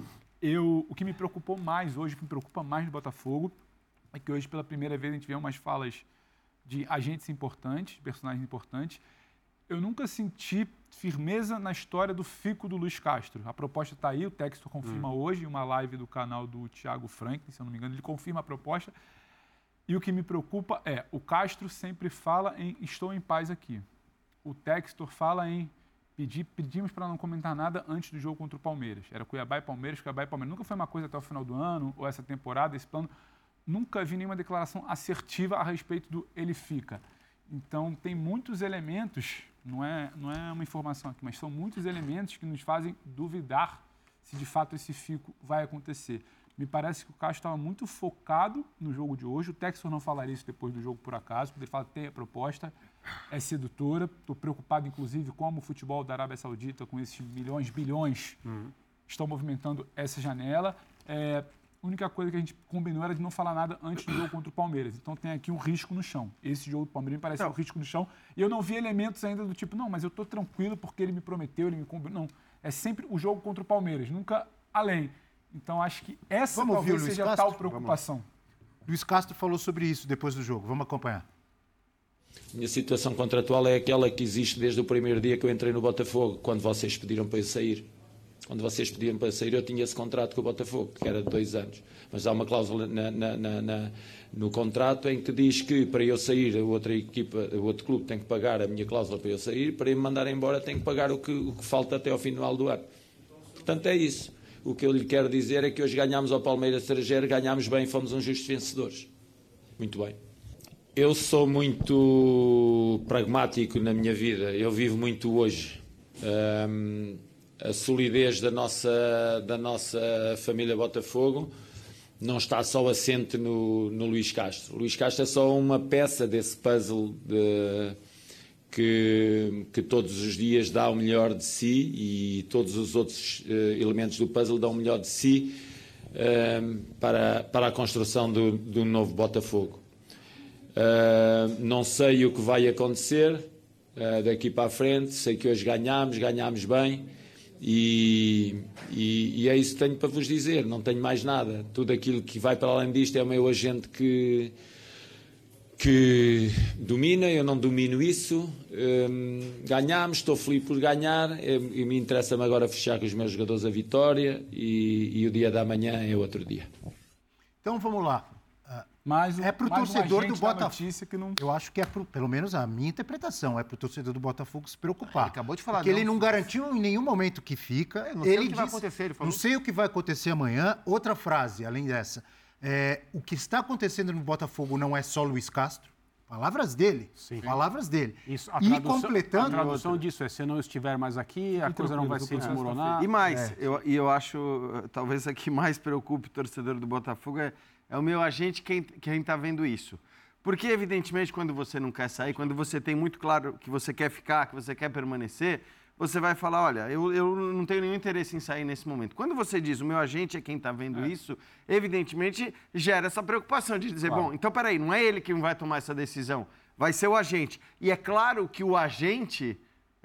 o que me preocupou mais hoje, o que me preocupa mais no Botafogo, é que hoje, pela primeira vez, a gente vê umas falas de agentes importantes, personagens importantes. Eu nunca senti firmeza na história do fico do Luiz Castro. A proposta está aí, o Textor confirma hoje, em uma live do canal do Thiago Franklin, se eu não me engano, ele confirma a proposta. E o que me preocupa é, o Castro sempre fala em estou em paz aqui. O Textor fala em pedimos para não comentar nada antes do jogo contra o Palmeiras. Era Cuiabá e Palmeiras. Nunca foi uma coisa até o final do ano, ou essa temporada, esse plano. Nunca vi nenhuma declaração assertiva a respeito do ele fica. Então, tem muitos elementos, não é uma informação aqui, mas são muitos elementos que nos fazem duvidar se de fato esse fico vai acontecer. Me parece que o Castro estava muito focado no jogo de hoje. O Textor não falaria isso depois do jogo por acaso, porque ele fala que tem a proposta, é sedutora. Estou preocupado, inclusive, como o futebol da Arábia Saudita, com esses bilhões, estão movimentando essa janela. A única coisa que a gente combinou era de não falar nada antes do jogo contra o Palmeiras. Então tem aqui um risco no chão. Esse jogo do Palmeiras me parece um risco no chão. E eu não vi elementos ainda do tipo, não, mas eu estou tranquilo porque ele me prometeu, ele me combinou. Não, é sempre o jogo contra o Palmeiras, nunca além. Então acho que essa talvez seja a tal preocupação. Luiz Castro falou sobre isso depois do jogo. Vamos acompanhar. Minha situação contratual é aquela que existe desde o primeiro dia que eu entrei no Botafogo, quando vocês pediram para eu sair. Quando vocês pediam para sair, eu tinha esse contrato com o Botafogo, que era de 2 anos. Mas há uma cláusula no contrato em que diz que para eu sair, o outro clube tem que pagar a minha cláusula para eu sair, para me mandar embora tem que pagar o que falta até ao final do ano. Portanto, é isso. O que eu lhe quero dizer é que hoje ganhámos ao Palmeiras 3-0, ganhámos bem, fomos uns justos vencedores. Muito bem. Eu sou muito pragmático na minha vida, eu vivo muito hoje. A solidez da nossa família Botafogo não está só assente no Luiz Castro. O Luiz Castro é só uma peça desse puzzle que todos os dias dá o melhor de si e todos os outros elementos do puzzle dão o melhor de si para a construção do novo Botafogo. Não sei o que vai acontecer daqui para a frente, sei que hoje ganhámos bem. E é isso que tenho para vos dizer, não tenho mais nada. Tudo aquilo que vai para além disto é o meu agente que domina, eu não domino isso. Ganhámos, estou feliz por ganhar e me interessa-me agora fechar com os meus jogadores a vitória e o dia da manhã é outro dia. Então vamos lá. É para o torcedor do Botafogo. Que não... Eu acho que pelo menos a minha interpretação, é para o torcedor do Botafogo se preocupar. Ele acabou de falar. Porque ele não garantiu em nenhum momento que fica. Não sei o que vai acontecer, ele falou. Não sei o que vai acontecer amanhã. Outra frase, além dessa. O que está acontecendo no Botafogo não é só Luiz Castro. Palavras dele. Sim. Palavras dele. Isso, completando... A tradução disso é, se eu não estiver mais aqui, a coisa não vai se desmoronar. E mais, eu acho, talvez a que mais preocupe o torcedor do Botafogo é o meu agente quem está vendo isso. Porque, evidentemente, quando você não quer sair, quando você tem muito claro que você quer ficar, que você quer permanecer, você vai falar, olha, eu não tenho nenhum interesse em sair nesse momento. Quando você diz, o meu agente é quem está vendo isso, evidentemente gera essa preocupação de dizer, bom, então peraí, não é ele que vai tomar essa decisão, vai ser o agente. E é claro que o agente,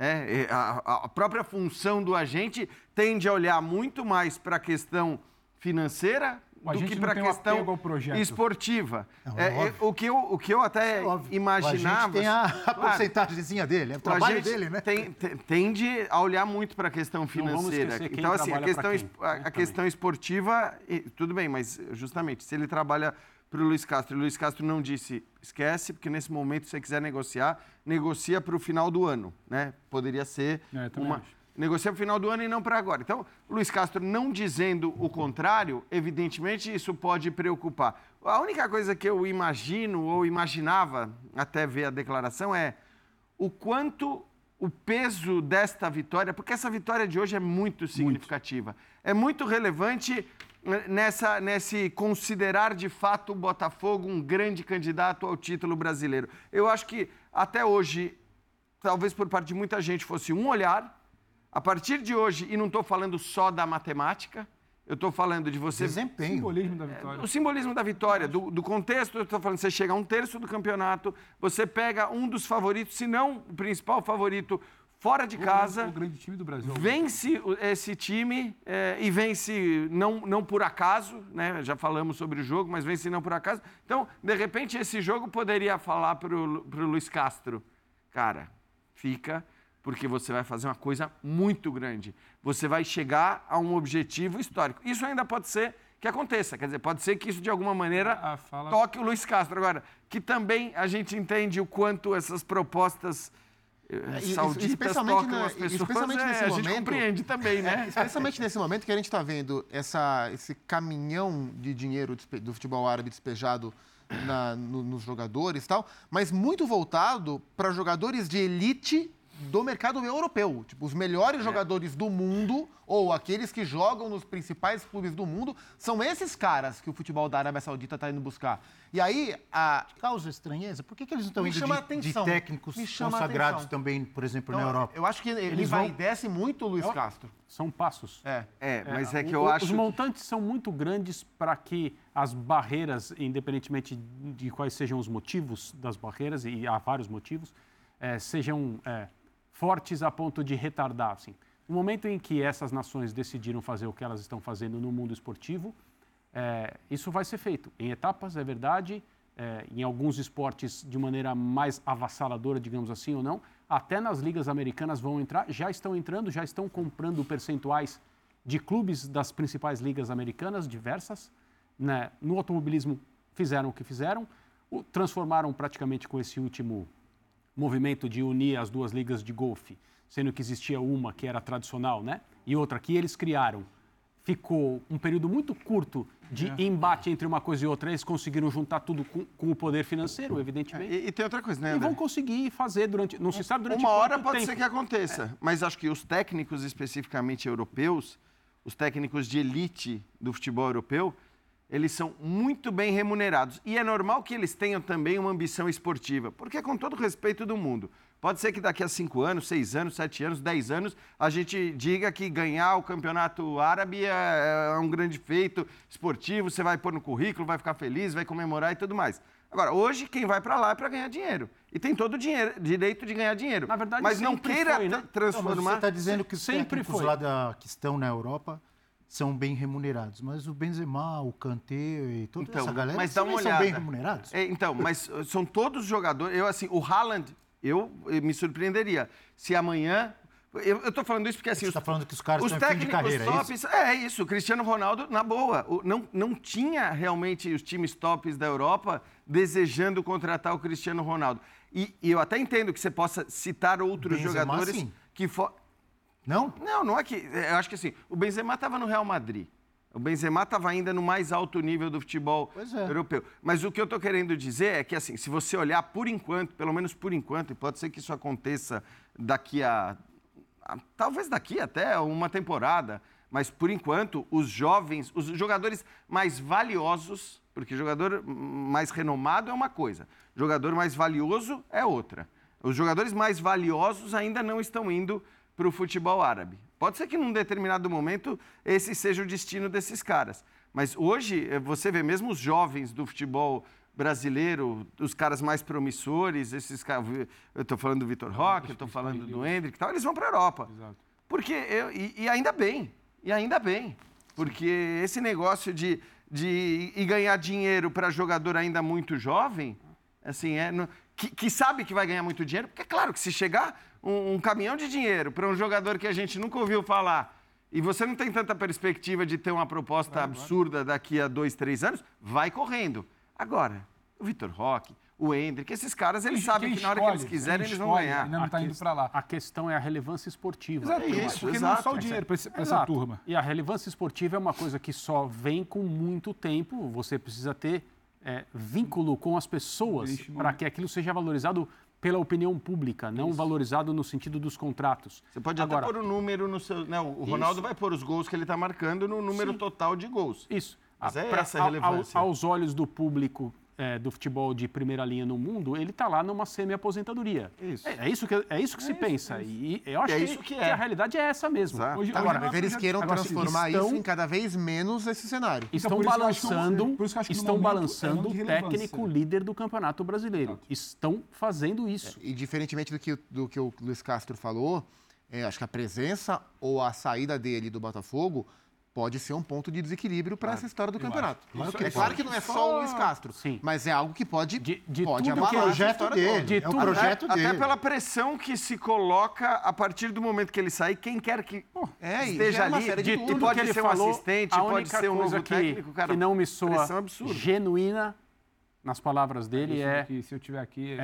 a própria função do agente tende a olhar muito mais para a questão financeira do que para a questão esportiva. O que eu até imaginava... A gente tem a porcentagemzinha dele, é o trabalho dele, né? Tende a olhar muito para a questão financeira. Então, assim, a questão esportiva, tudo bem, mas justamente, se ele trabalha para o Luiz Castro, e o Luiz Castro não disse, esquece, porque nesse momento, se você quiser negociar, negocia para o final do ano, né? Poderia ser negocia para o final do ano e não para agora. Então, o Luiz Castro não dizendo o contrário, evidentemente isso pode preocupar. A única coisa que eu imagino ou imaginava até ver a declaração é o quanto o peso desta vitória, porque essa vitória de hoje é muito significativa, é muito relevante nesse considerar de fato o Botafogo um grande candidato ao título brasileiro. Eu acho que até hoje, talvez por parte de muita gente, fosse um olhar. A partir de hoje, e não estou falando só da matemática, eu estou falando de você... Desempenho. O simbolismo da vitória. O simbolismo da vitória, do contexto, eu estou falando, você chega a 1/3 do campeonato, você pega um dos favoritos, se não o principal favorito, fora de casa... O grande time do Brasil. Vence esse time e vence não por acaso, né? Já falamos sobre o jogo, mas vence não por acaso. Então, de repente, esse jogo poderia falar para o Luiz Castro, cara, fica... porque você vai fazer uma coisa muito grande. Você vai chegar a um objetivo histórico. Isso ainda pode ser que aconteça. Quer dizer, pode ser que isso, de alguma maneira, toque o Luiz Castro. Agora, que também a gente entende o quanto essas propostas sauditas tocam as pessoas, a gente compreende também, né? Especialmente nesse momento que a gente está vendo esse caminhão de dinheiro do futebol árabe despejado nos jogadores e tal, mas muito voltado para jogadores de elite do mercado europeu. Tipo, os melhores jogadores do mundo, ou aqueles que jogam nos principais clubes do mundo, são esses caras que o futebol da Arábia Saudita está indo buscar. E aí, causa estranheza? Por que eles não estão indo de técnicos consagrados também, por exemplo, na Europa? Eu acho que ele desce muito o Luiz Castro. São passos. Mas é que eu acho... Os montantes são muito grandes para que as barreiras, independentemente de quais sejam os motivos das barreiras, e há vários motivos, sejam... fortes a ponto de retardar. Assim. No momento em que essas nações decidiram fazer o que elas estão fazendo no mundo esportivo, isso vai ser feito em etapas, é verdade, em alguns esportes de maneira mais avassaladora, digamos assim, ou não. Até nas ligas americanas vão entrar, já estão entrando, já estão comprando percentuais de clubes das principais ligas americanas, diversas. Né? No automobilismo fizeram o que fizeram, transformaram praticamente com esse último movimento de unir as duas ligas de golfe, sendo que existia uma que era tradicional, né? E outra que eles criaram. Ficou um período muito curto de embate entre uma coisa e outra. Eles conseguiram juntar tudo com o poder financeiro, evidentemente. E tem outra coisa, né, André? E vão conseguir fazer durante... Não se sabe durante uma hora quanto pode tempo. ser que aconteça, mas acho que os técnicos especificamente europeus, os técnicos de elite do futebol europeu, eles são muito bem remunerados. E é normal que eles tenham também uma ambição esportiva, porque com todo o respeito do mundo, pode ser que daqui a 5 anos, 6 anos, 7 anos, 10 anos, a gente diga que ganhar o campeonato árabe é um grande feito esportivo, você vai pôr no currículo, vai ficar feliz, vai comemorar e tudo mais. Agora, hoje, quem vai para lá é para ganhar dinheiro. E tem todo o direito de ganhar dinheiro. Na verdade, mas não queira transformar... Não, você está dizendo que os técnicos lá que estão na Europa são bem remunerados, mas o Benzema, o Kanté e toda essa galera mas dá uma olhada. São bem remunerados? Mas são todos jogadores... o Haaland, eu me surpreenderia se amanhã... Eu estou falando isso porque assim... Você está falando que os caras estão em fim de carreira, tops, é isso? O Cristiano Ronaldo, na boa. Não tinha realmente os times tops da Europa desejando contratar o Cristiano Ronaldo. E eu até entendo que você possa citar outros jogadores sim. que... Não? Não é que... Eu acho que assim, o Benzema estava no Real Madrid. O Benzema estava ainda no mais alto nível do futebol europeu. Mas o que eu estou querendo dizer é que, assim, se você olhar por enquanto, pelo menos por enquanto, e pode ser que isso aconteça daqui talvez daqui até uma temporada, mas por enquanto, os jogadores mais valiosos, porque jogador mais renomado é uma coisa, jogador mais valioso é outra. Os jogadores mais valiosos ainda não estão indo para o futebol árabe. Pode ser que num determinado momento esse seja o destino desses caras. Mas hoje, você vê mesmo os jovens do futebol brasileiro, os caras mais promissores, esses caras, eu estou falando do Vitor Roque, eu estou falando do Endrick e tal, eles vão para a Europa. Exato. Porque e ainda bem, porque esse negócio de ir ganhar dinheiro para jogador ainda muito jovem, assim, que sabe que vai ganhar muito dinheiro, porque é claro que se chegar um caminhão de dinheiro para um jogador que a gente nunca ouviu falar e você não tem tanta perspectiva de ter uma proposta absurda daqui a 2, 3 anos, vai correndo. Agora, o Vitor Roque, o Endrick, esses caras, eles sabem que na hora que eles quiserem, eles vão ganhar. Ainda não está indo para lá. A questão é a relevância esportiva. Exato, isso, porque não é só o dinheiro para essa turma. E a relevância esportiva é uma coisa que só vem com muito tempo. Você precisa ter vínculo com as pessoas para que aquilo seja valorizado pela opinião pública, não valorizado no sentido dos contratos. Você pode até pôr o número no seu... Né, o Ronaldo vai pôr os gols que ele está marcando no número total de gols. Isso. Mas essa a relevância. Aos olhos do público do futebol de primeira linha no mundo, ele está lá numa semi-aposentadoria. Isso. É isso que se pensa. E eu acho que a realidade é essa mesmo. Agora, mas eles queiram transformar isso em cada vez menos esse cenário. Estão balançando o técnico líder do Campeonato Brasileiro. Estão fazendo isso. E diferentemente do que o Luiz Castro falou, acho que a presença ou a saída dele do Botafogo pode ser um ponto de desequilíbrio para essa história do campeonato. Claro que não é só o Luiz Castro, mas é algo que pode abalar o projeto dele. É o projeto dele. Até pela pressão que se coloca a partir do momento que ele sair, quem quer que esteja ali, e pode ser um assistente, pode ser um novo técnico, cara. Que não me soa genuína nas palavras dele se eu estiver aqui...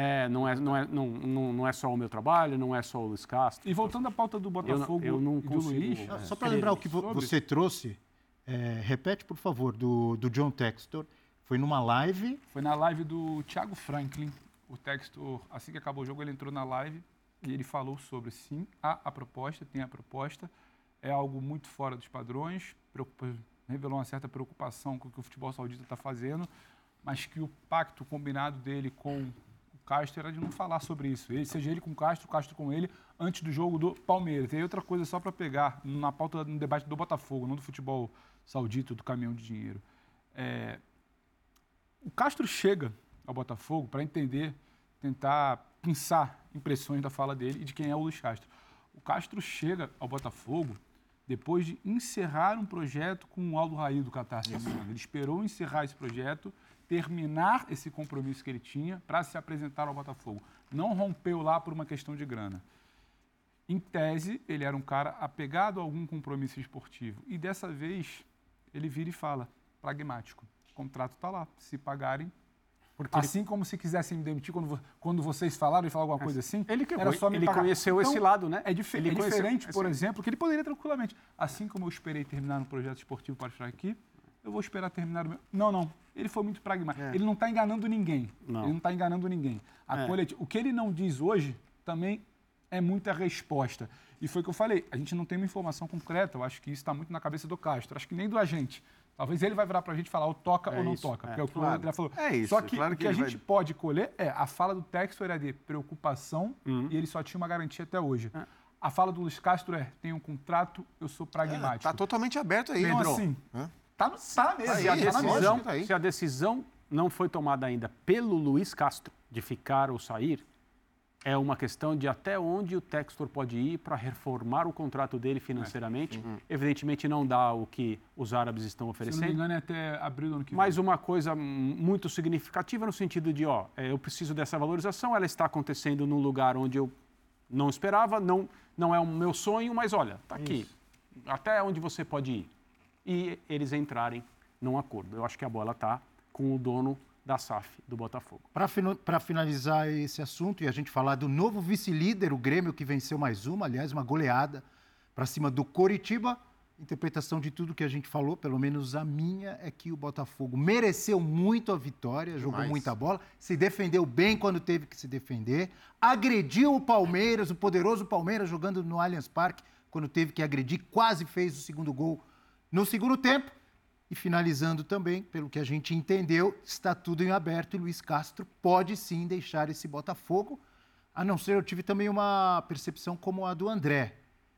não é só o meu trabalho, não é só o Luiz Castro. E voltando à pauta do Botafogo eu não e do consigo, Luiz... Só para lembrar o que você trouxe, repete, por favor, do John Textor. Foi numa live... Foi na live do Thiago Franklin. O Textor, assim que acabou o jogo, ele entrou na live e ele falou sobre, sim, a proposta, tem a proposta. É algo muito fora dos padrões, revelou uma certa preocupação com o que o futebol saudita está fazendo, mas que o pacto combinado dele com o Castro era de não falar sobre isso. Seja ele com o Castro com ele, antes do jogo do Palmeiras. E outra coisa só para pegar na pauta, no debate do Botafogo, não do futebol saudita, do caminhão de dinheiro. O Castro chega ao Botafogo para tentar pensar impressões da fala dele e de quem é o Luiz Castro. O Castro chega ao Botafogo depois de encerrar um projeto com o Aldo Raí do Qatar. Ele esperou encerrar esse projeto, terminar esse compromisso que ele tinha para se apresentar ao Botafogo. Não rompeu lá por uma questão de grana. Em tese, ele era um cara apegado a algum compromisso esportivo. E dessa vez, ele vira e fala, pragmático, o contrato está lá, se pagarem. Porque assim como se quisessem me demitir, quando vocês falaram e falaram alguma coisa assim, era só me pagar. Conheceu esse lado, né? É diferente, por exemplo, que ele poderia tranquilamente. Assim como eu esperei terminar no projeto esportivo para estar aqui, eu vou esperar terminar o meu... Não. Ele foi muito pragmático. Ele não está enganando ninguém. Não. Ele não está enganando ninguém. O que ele não diz hoje também é muita resposta. E foi o que eu falei. A gente não tem uma informação concreta. Eu acho que isso está muito na cabeça do Castro. Acho que nem do agente. Talvez ele vai virar para a gente e falar ou toca ou não toca. Porque é o que o André falou. Só que o que a gente pode colher a fala do Textor era de preocupação e ele só tinha uma garantia até hoje. A fala do Luiz Castro tem um contrato, eu sou pragmático. Está totalmente aberto aí, Pedro. Então, assim, tá mesmo. Se a decisão não foi tomada ainda pelo Luiz Castro de ficar ou sair, é uma questão de até onde o Textor pode ir para reformar o contrato dele financeiramente. Evidentemente não dá o que os árabes estão oferecendo. Se não me engano, é até abril do ano que vem. Mas uma coisa muito significativa no sentido de, eu preciso dessa valorização, ela está acontecendo num lugar onde eu não esperava, não é o meu sonho, mas olha, está aqui. Até onde você pode ir. E eles entrarem num acordo. Eu acho que a bola está com o dono da SAF, do Botafogo. Para finalizar esse assunto e a gente falar do novo vice-líder, o Grêmio, que venceu mais uma goleada para cima do Coritiba. Interpretação de tudo que a gente falou, pelo menos a minha, é que o Botafogo mereceu muito a vitória, jogou muita bola, se defendeu bem quando teve que se defender, agrediu o Palmeiras, o poderoso Palmeiras, jogando no Allianz Parque, quando teve que agredir, quase fez o segundo gol no segundo tempo. E finalizando também, pelo que a gente entendeu, está tudo em aberto e Luiz Castro pode sim deixar esse Botafogo, a não ser, eu tive também uma percepção como a do André.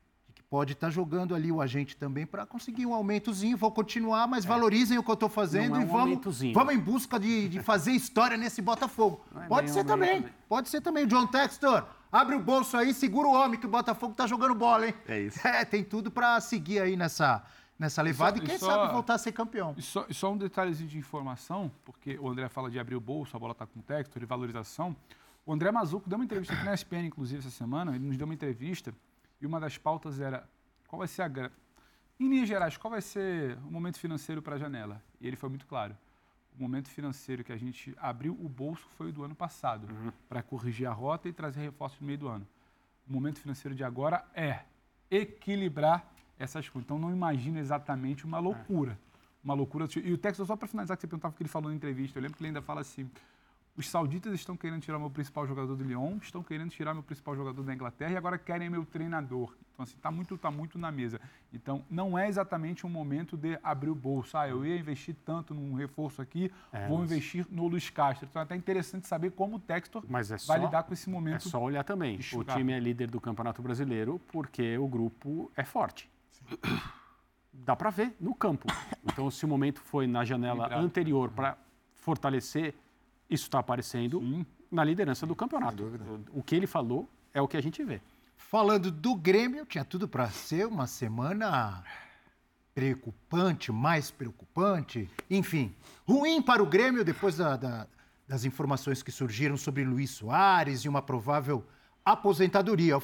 pode estar jogando ali o agente também para conseguir um aumentozinho. Vou continuar, mas valorizem o que eu estou fazendo e vamos em busca de fazer história nesse Botafogo. Pode ser também, pode ser também. John Textor, abre o bolso aí, segura o homem que o Botafogo está jogando bola, hein? É isso. Tem tudo para seguir aí nessa levada e quem sabe voltar a ser campeão. E só um detalhezinho de informação, porque o André fala de abrir o bolso, a bola está com texto, de valorização. O André Mazzucco deu uma entrevista aqui na ESPN, inclusive, essa semana. Ele nos deu uma entrevista e uma das pautas era qual vai ser em linhas gerais, qual vai ser o momento financeiro para a janela? E ele foi muito claro. O momento financeiro que a gente abriu o bolso foi o do ano passado, para corrigir a rota e trazer reforços no meio do ano. O momento financeiro de agora é equilibrar essas coisas. Então, não imagino exatamente uma loucura. Uma loucura. E o Texas, só para finalizar, que você perguntava o que ele falou na entrevista, eu lembro que ele ainda fala assim, os sauditas estão querendo tirar meu principal jogador do Lyon, estão querendo tirar meu principal jogador da Inglaterra e agora querem meu treinador. Então, assim, tá muito na mesa. Então, não é exatamente um momento de abrir o bolso. Eu ia investir tanto num reforço aqui, vou investir no Luiz Castro. Então, é até interessante saber como o Textor vai lidar com esse momento. É só olhar também. O time é líder do Campeonato Brasileiro porque o grupo é forte. Dá para ver no campo. Então, se o momento foi na janela anterior para fortalecer, isso está aparecendo na liderança do campeonato. O que ele falou é o que a gente vê. Falando do Grêmio, tinha tudo para ser uma semana preocupante, mais preocupante. Enfim, ruim para o Grêmio depois das informações que surgiram sobre Luiz Soares e uma provável aposentadoria.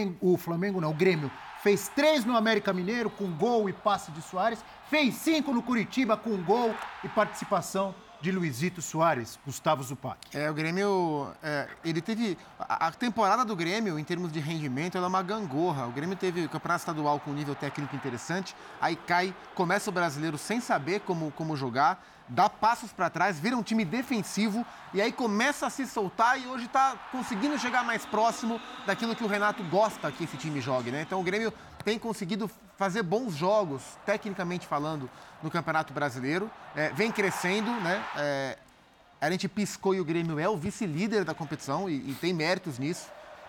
O Grêmio fez 3 no América Mineiro com gol e passe de Soares, fez 5 no Curitiba com gol e participação de Luizito Soares, Gustavo Zupac. O Grêmio, ele teve... A temporada do Grêmio, em termos de rendimento, ela é uma gangorra. O Grêmio teve o campeonato estadual com um nível técnico interessante, aí cai, começa o brasileiro sem saber como jogar, dá passos para trás, vira um time defensivo e aí começa a se soltar e hoje está conseguindo chegar mais próximo daquilo que o Renato gosta que esse time jogue, né? Então o Grêmio tem conseguido fazer bons jogos, tecnicamente falando, no Campeonato Brasileiro, vem crescendo, né? A gente piscou e o Grêmio é o vice-líder da competição e tem méritos nisso.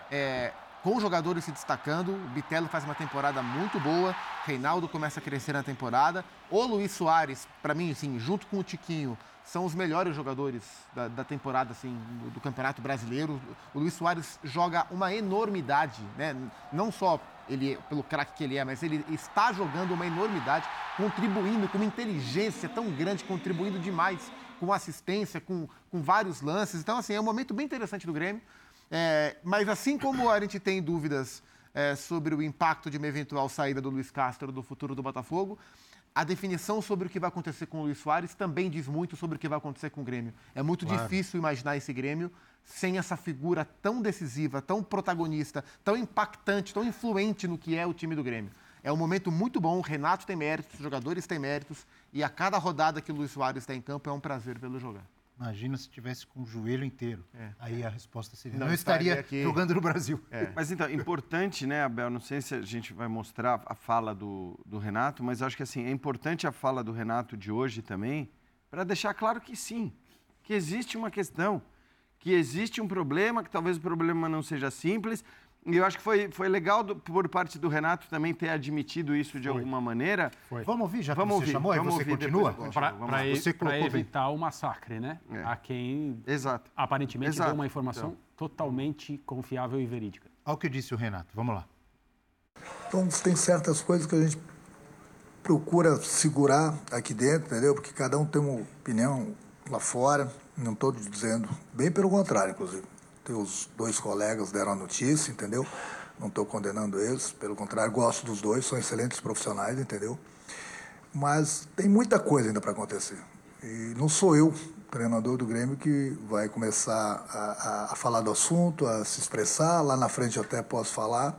Com jogadores se destacando, o Bitelo faz uma temporada muito boa, Reinaldo começa a crescer na temporada, o Luiz Soares, para mim, assim, junto com o Tiquinho, são os melhores jogadores da temporada, assim, do Campeonato Brasileiro. O Luiz Soares joga uma enormidade, né? Não só ele, pelo craque que ele é, mas ele está jogando uma enormidade, contribuindo com uma inteligência tão grande, contribuindo demais com assistência, com vários lances. Então, assim, é um momento bem interessante do Grêmio. Mas assim como a gente tem dúvidas sobre o impacto de uma eventual saída do Luiz Castro do futuro do Botafogo, a definição sobre o que vai acontecer com o Luiz Soares também diz muito sobre o que vai acontecer com o Grêmio. É muito difícil imaginar esse Grêmio sem essa figura tão decisiva, tão protagonista, tão impactante, tão influente no que é o time do Grêmio. É um momento muito bom, o Renato tem méritos, os jogadores têm méritos e a cada rodada que o Luiz Soares está em campo é um prazer vê-lo jogar. Imagina se tivesse com o joelho inteiro. Aí a resposta seria, não estaria aqui jogando no Brasil. Mas então, importante, né, Abel, não sei se a gente vai mostrar a fala do Renato, mas acho que assim, é importante a fala do Renato de hoje também, para deixar claro que sim, que existe uma questão, que existe um problema, que talvez o problema não seja simples, e eu acho que foi legal por parte do Renato também ter admitido isso de alguma maneira. Vamos ouvir, já que você chamou, aí você continua? Para evitar o massacre, né? A quem aparentemente deu uma informação totalmente confiável e verídica. Olha o que disse o Renato, vamos lá. Então, tem certas coisas que a gente procura segurar aqui dentro, entendeu? Porque cada um tem uma opinião lá fora, não estou dizendo, bem pelo contrário, inclusive. Os 2 colegas deram a notícia, entendeu? Não estou condenando eles, pelo contrário, gosto dos 2, são excelentes profissionais, entendeu? Mas tem muita coisa ainda para acontecer. E não sou eu, treinador do Grêmio, que vai começar a falar do assunto, a se expressar. Lá na frente eu até posso falar,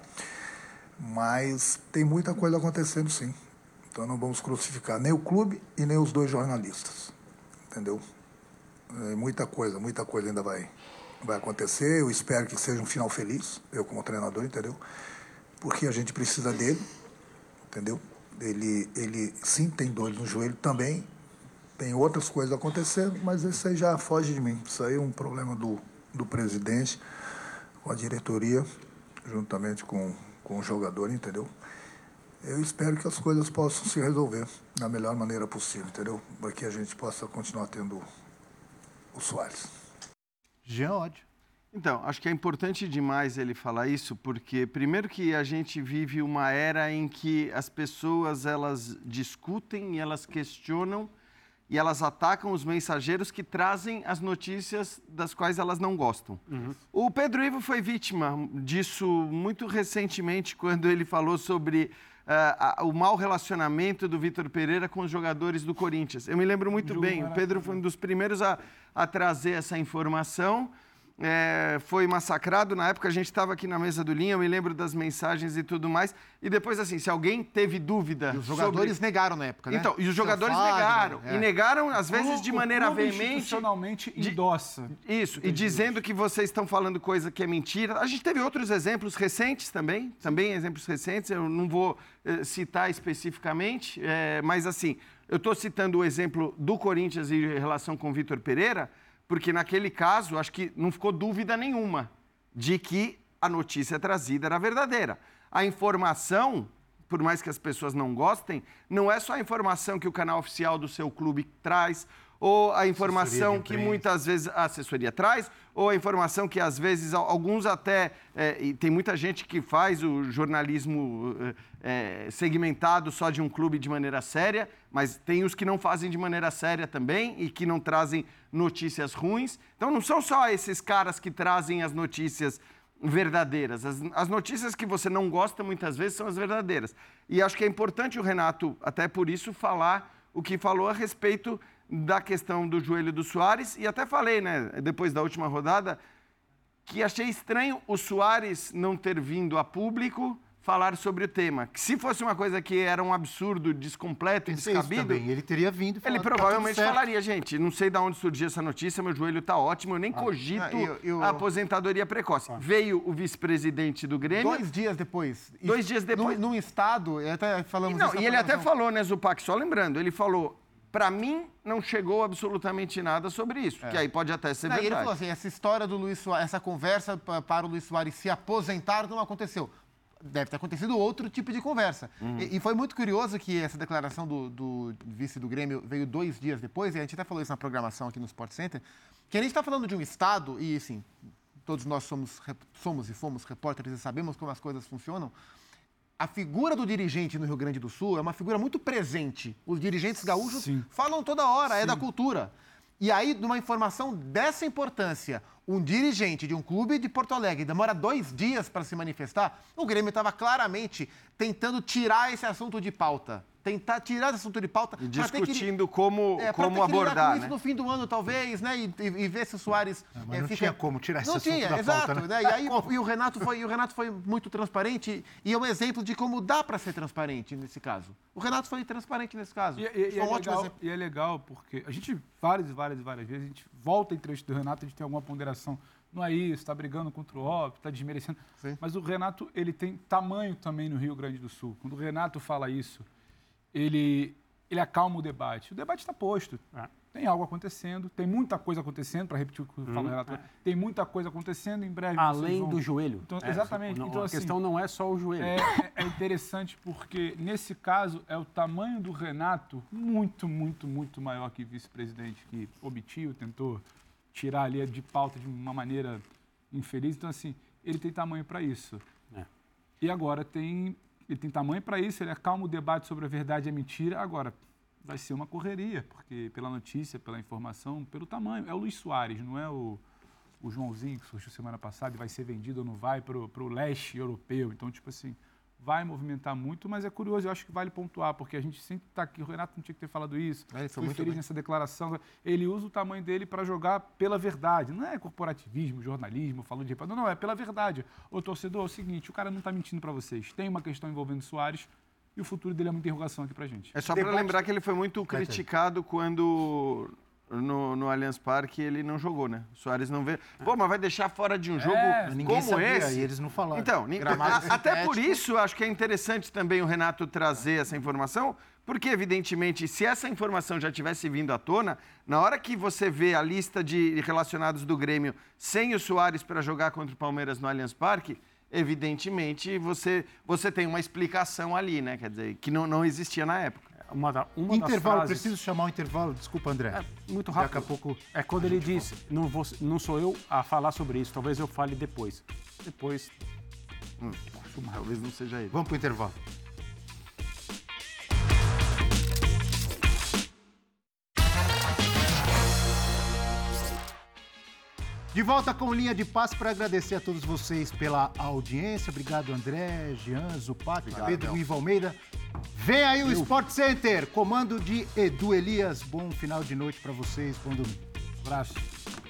mas tem muita coisa acontecendo, sim. Então não vamos crucificar nem o clube e nem os 2 jornalistas, entendeu? Muita coisa ainda vai acontecer. Eu espero que seja um final feliz, eu como treinador, entendeu? Porque a gente precisa dele, entendeu? Ele sim tem dores no joelho também, tem outras coisas acontecendo, mas isso aí já foge de mim. Isso aí é um problema do presidente, com a diretoria, juntamente com o jogador, entendeu? Eu espero que as coisas possam se resolver da melhor maneira possível, entendeu? Para que a gente possa continuar tendo o Soares. Jean Oddi. Então, acho que é importante demais ele falar isso, porque primeiro que a gente vive uma era em que as pessoas, elas discutem e elas questionam e elas atacam os mensageiros que trazem as notícias das quais elas não gostam. O Pedro Ivo foi vítima disso muito recentemente, quando ele falou sobre o mau relacionamento do Vitor Pereira com os jogadores do Corinthians. Eu me lembro muito bem, o Pedro foi um dos primeiros a trazer essa informação. Foi massacrado, na época a gente estava aqui na mesa do Linha, eu me lembro das mensagens e tudo mais, e depois assim, se alguém teve dúvida... E os jogadores negaram na época, né? Então, e os jogadores negaram, e negaram às vezes de maneira veemente... institucionalmente endossa. Isso, e dizendo que vocês estão falando coisa que é mentira. A gente teve outros exemplos recentes também exemplos recentes, eu não vou citar especificamente, mas assim, eu estou citando o exemplo do Corinthians em relação com o Vitor Pereira, porque naquele caso, acho que não ficou dúvida nenhuma de que a notícia trazida era verdadeira. A informação, por mais que as pessoas não gostem, não é só a informação que o canal oficial do seu clube traz, ou a informação que muitas vezes a assessoria traz, ou a informação que às vezes alguns até... e tem muita gente que faz o jornalismo segmentado só de um clube de maneira séria, mas tem os que não fazem de maneira séria também e que não trazem notícias ruins. Então não são só esses caras que trazem as notícias verdadeiras. As notícias que você não gosta muitas vezes são as verdadeiras. E acho que é importante o Renato, até por isso, falar o que falou a respeito da questão do joelho do Soares, e até falei, né, depois da última rodada, que achei estranho o Soares não ter vindo a público falar sobre o tema. Que se fosse uma coisa que era um absurdo, descompleto e descabido... Ele teria vindo e falado, ele provavelmente falaria, gente, não sei de onde surgiu essa notícia, meu joelho está ótimo, eu nem cogito a aposentadoria precoce. Veio o vice-presidente do Grêmio... 2 dias depois. 2 dias depois. Num estado, até falamos... E ele até falou, né, Zupac, só lembrando, ele falou... Para mim, não chegou absolutamente nada sobre isso, que aí pode até ser verdade. Ele falou assim, essa história do Luiz Soares, essa conversa para o Luiz Soares se aposentar não aconteceu. Deve ter acontecido outro tipo de conversa. E foi muito curioso que essa declaração do vice do Grêmio veio 2 dias depois, e a gente até falou isso na programação aqui no Sport Center, que a gente está falando de um estado, e assim, todos nós somos e fomos repórteres e sabemos como as coisas funcionam. A figura do dirigente no Rio Grande do Sul é uma figura muito presente. Os dirigentes gaúchos falam toda hora, é da cultura. E aí, numa informação dessa importância, um dirigente de um clube de Porto Alegre demora 2 dias para se manifestar, o Grêmio estava claramente tentando tirar esse assunto de pauta. Tentar tirar esse assunto de pauta. E discutindo como abordar, né? Isso no fim do ano, talvez, né? E ver se o Soares... Mas não tinha como tirar esse assunto da exato, pauta, né? E aí o Renato foi muito transparente e é um exemplo de como dá para ser transparente nesse caso. O Renato foi transparente nesse caso. E é legal porque a gente, várias vezes, a gente volta em trecho do Renato, a gente tem alguma ponderação. Não é isso, está brigando contra o óbvio, está desmerecendo. Sim. Mas o Renato, ele tem tamanho também no Rio Grande do Sul. Quando o Renato fala isso, ele acalma o debate. O debate está posto. Tem algo acontecendo, tem muita coisa acontecendo, para repetir o que fala o Renato, tem muita coisa acontecendo em breve. Além do joelho. Então, exatamente. Não, então, a questão não é só o joelho. É interessante porque, nesse caso, é o tamanho do Renato muito, muito, muito maior que o vice-presidente, que omitiu, tentou tirar ali de pauta de uma maneira infeliz. Então, assim, ele tem tamanho para isso. E agora ele tem tamanho para isso, ele acalma o debate sobre a verdade e a mentira. Agora, vai ser uma correria, porque pela notícia, pela informação, pelo tamanho. É o Luiz Soares, não é o Joãozinho, que surgiu semana passada e vai ser vendido ou não vai para o leste europeu. Então, tipo assim, vai movimentar muito, mas é curioso, eu acho que vale pontuar, porque a gente sempre está aqui, o Renato não tinha que ter falado isso, ele foi feliz nessa declaração, ele usa o tamanho dele para jogar pela verdade, não é corporativismo, jornalismo, falou de... Não, é pela verdade. Ô, torcedor, é o seguinte, o cara não está mentindo para vocês, tem uma questão envolvendo o Soares e o futuro dele é uma interrogação aqui pra gente. É só para lembrar que ele foi muito criticado quando... No Allianz Parque ele não jogou, né? O Soares não veio. Pô, mas vai deixar fora de um jogo como sabia, esse? E eles não falaram. Então, até por isso acho que é interessante também o Renato trazer essa informação, porque evidentemente se essa informação já tivesse vindo à tona, na hora que você vê a lista de relacionados do Grêmio sem o Soares para jogar contra o Palmeiras no Allianz Parque, evidentemente, você tem uma explicação ali, né? Quer dizer, que não existia na época. Uma intervalo, das frases... preciso chamar o intervalo, desculpa, André. Muito rápido. Daqui a pouco... É quando ele diz, não sou eu a falar sobre isso, talvez eu fale depois. Depois... Talvez não seja ele. Vamos pro intervalo. De volta com Linha de Passe para agradecer a todos vocês pela audiência. Obrigado, André, Jean, Zupac, Pedro Ivo Almeida. Vem aí o Sport Center, comando de Edu Elias. Bom final de noite para vocês, bom domingo. Abraço.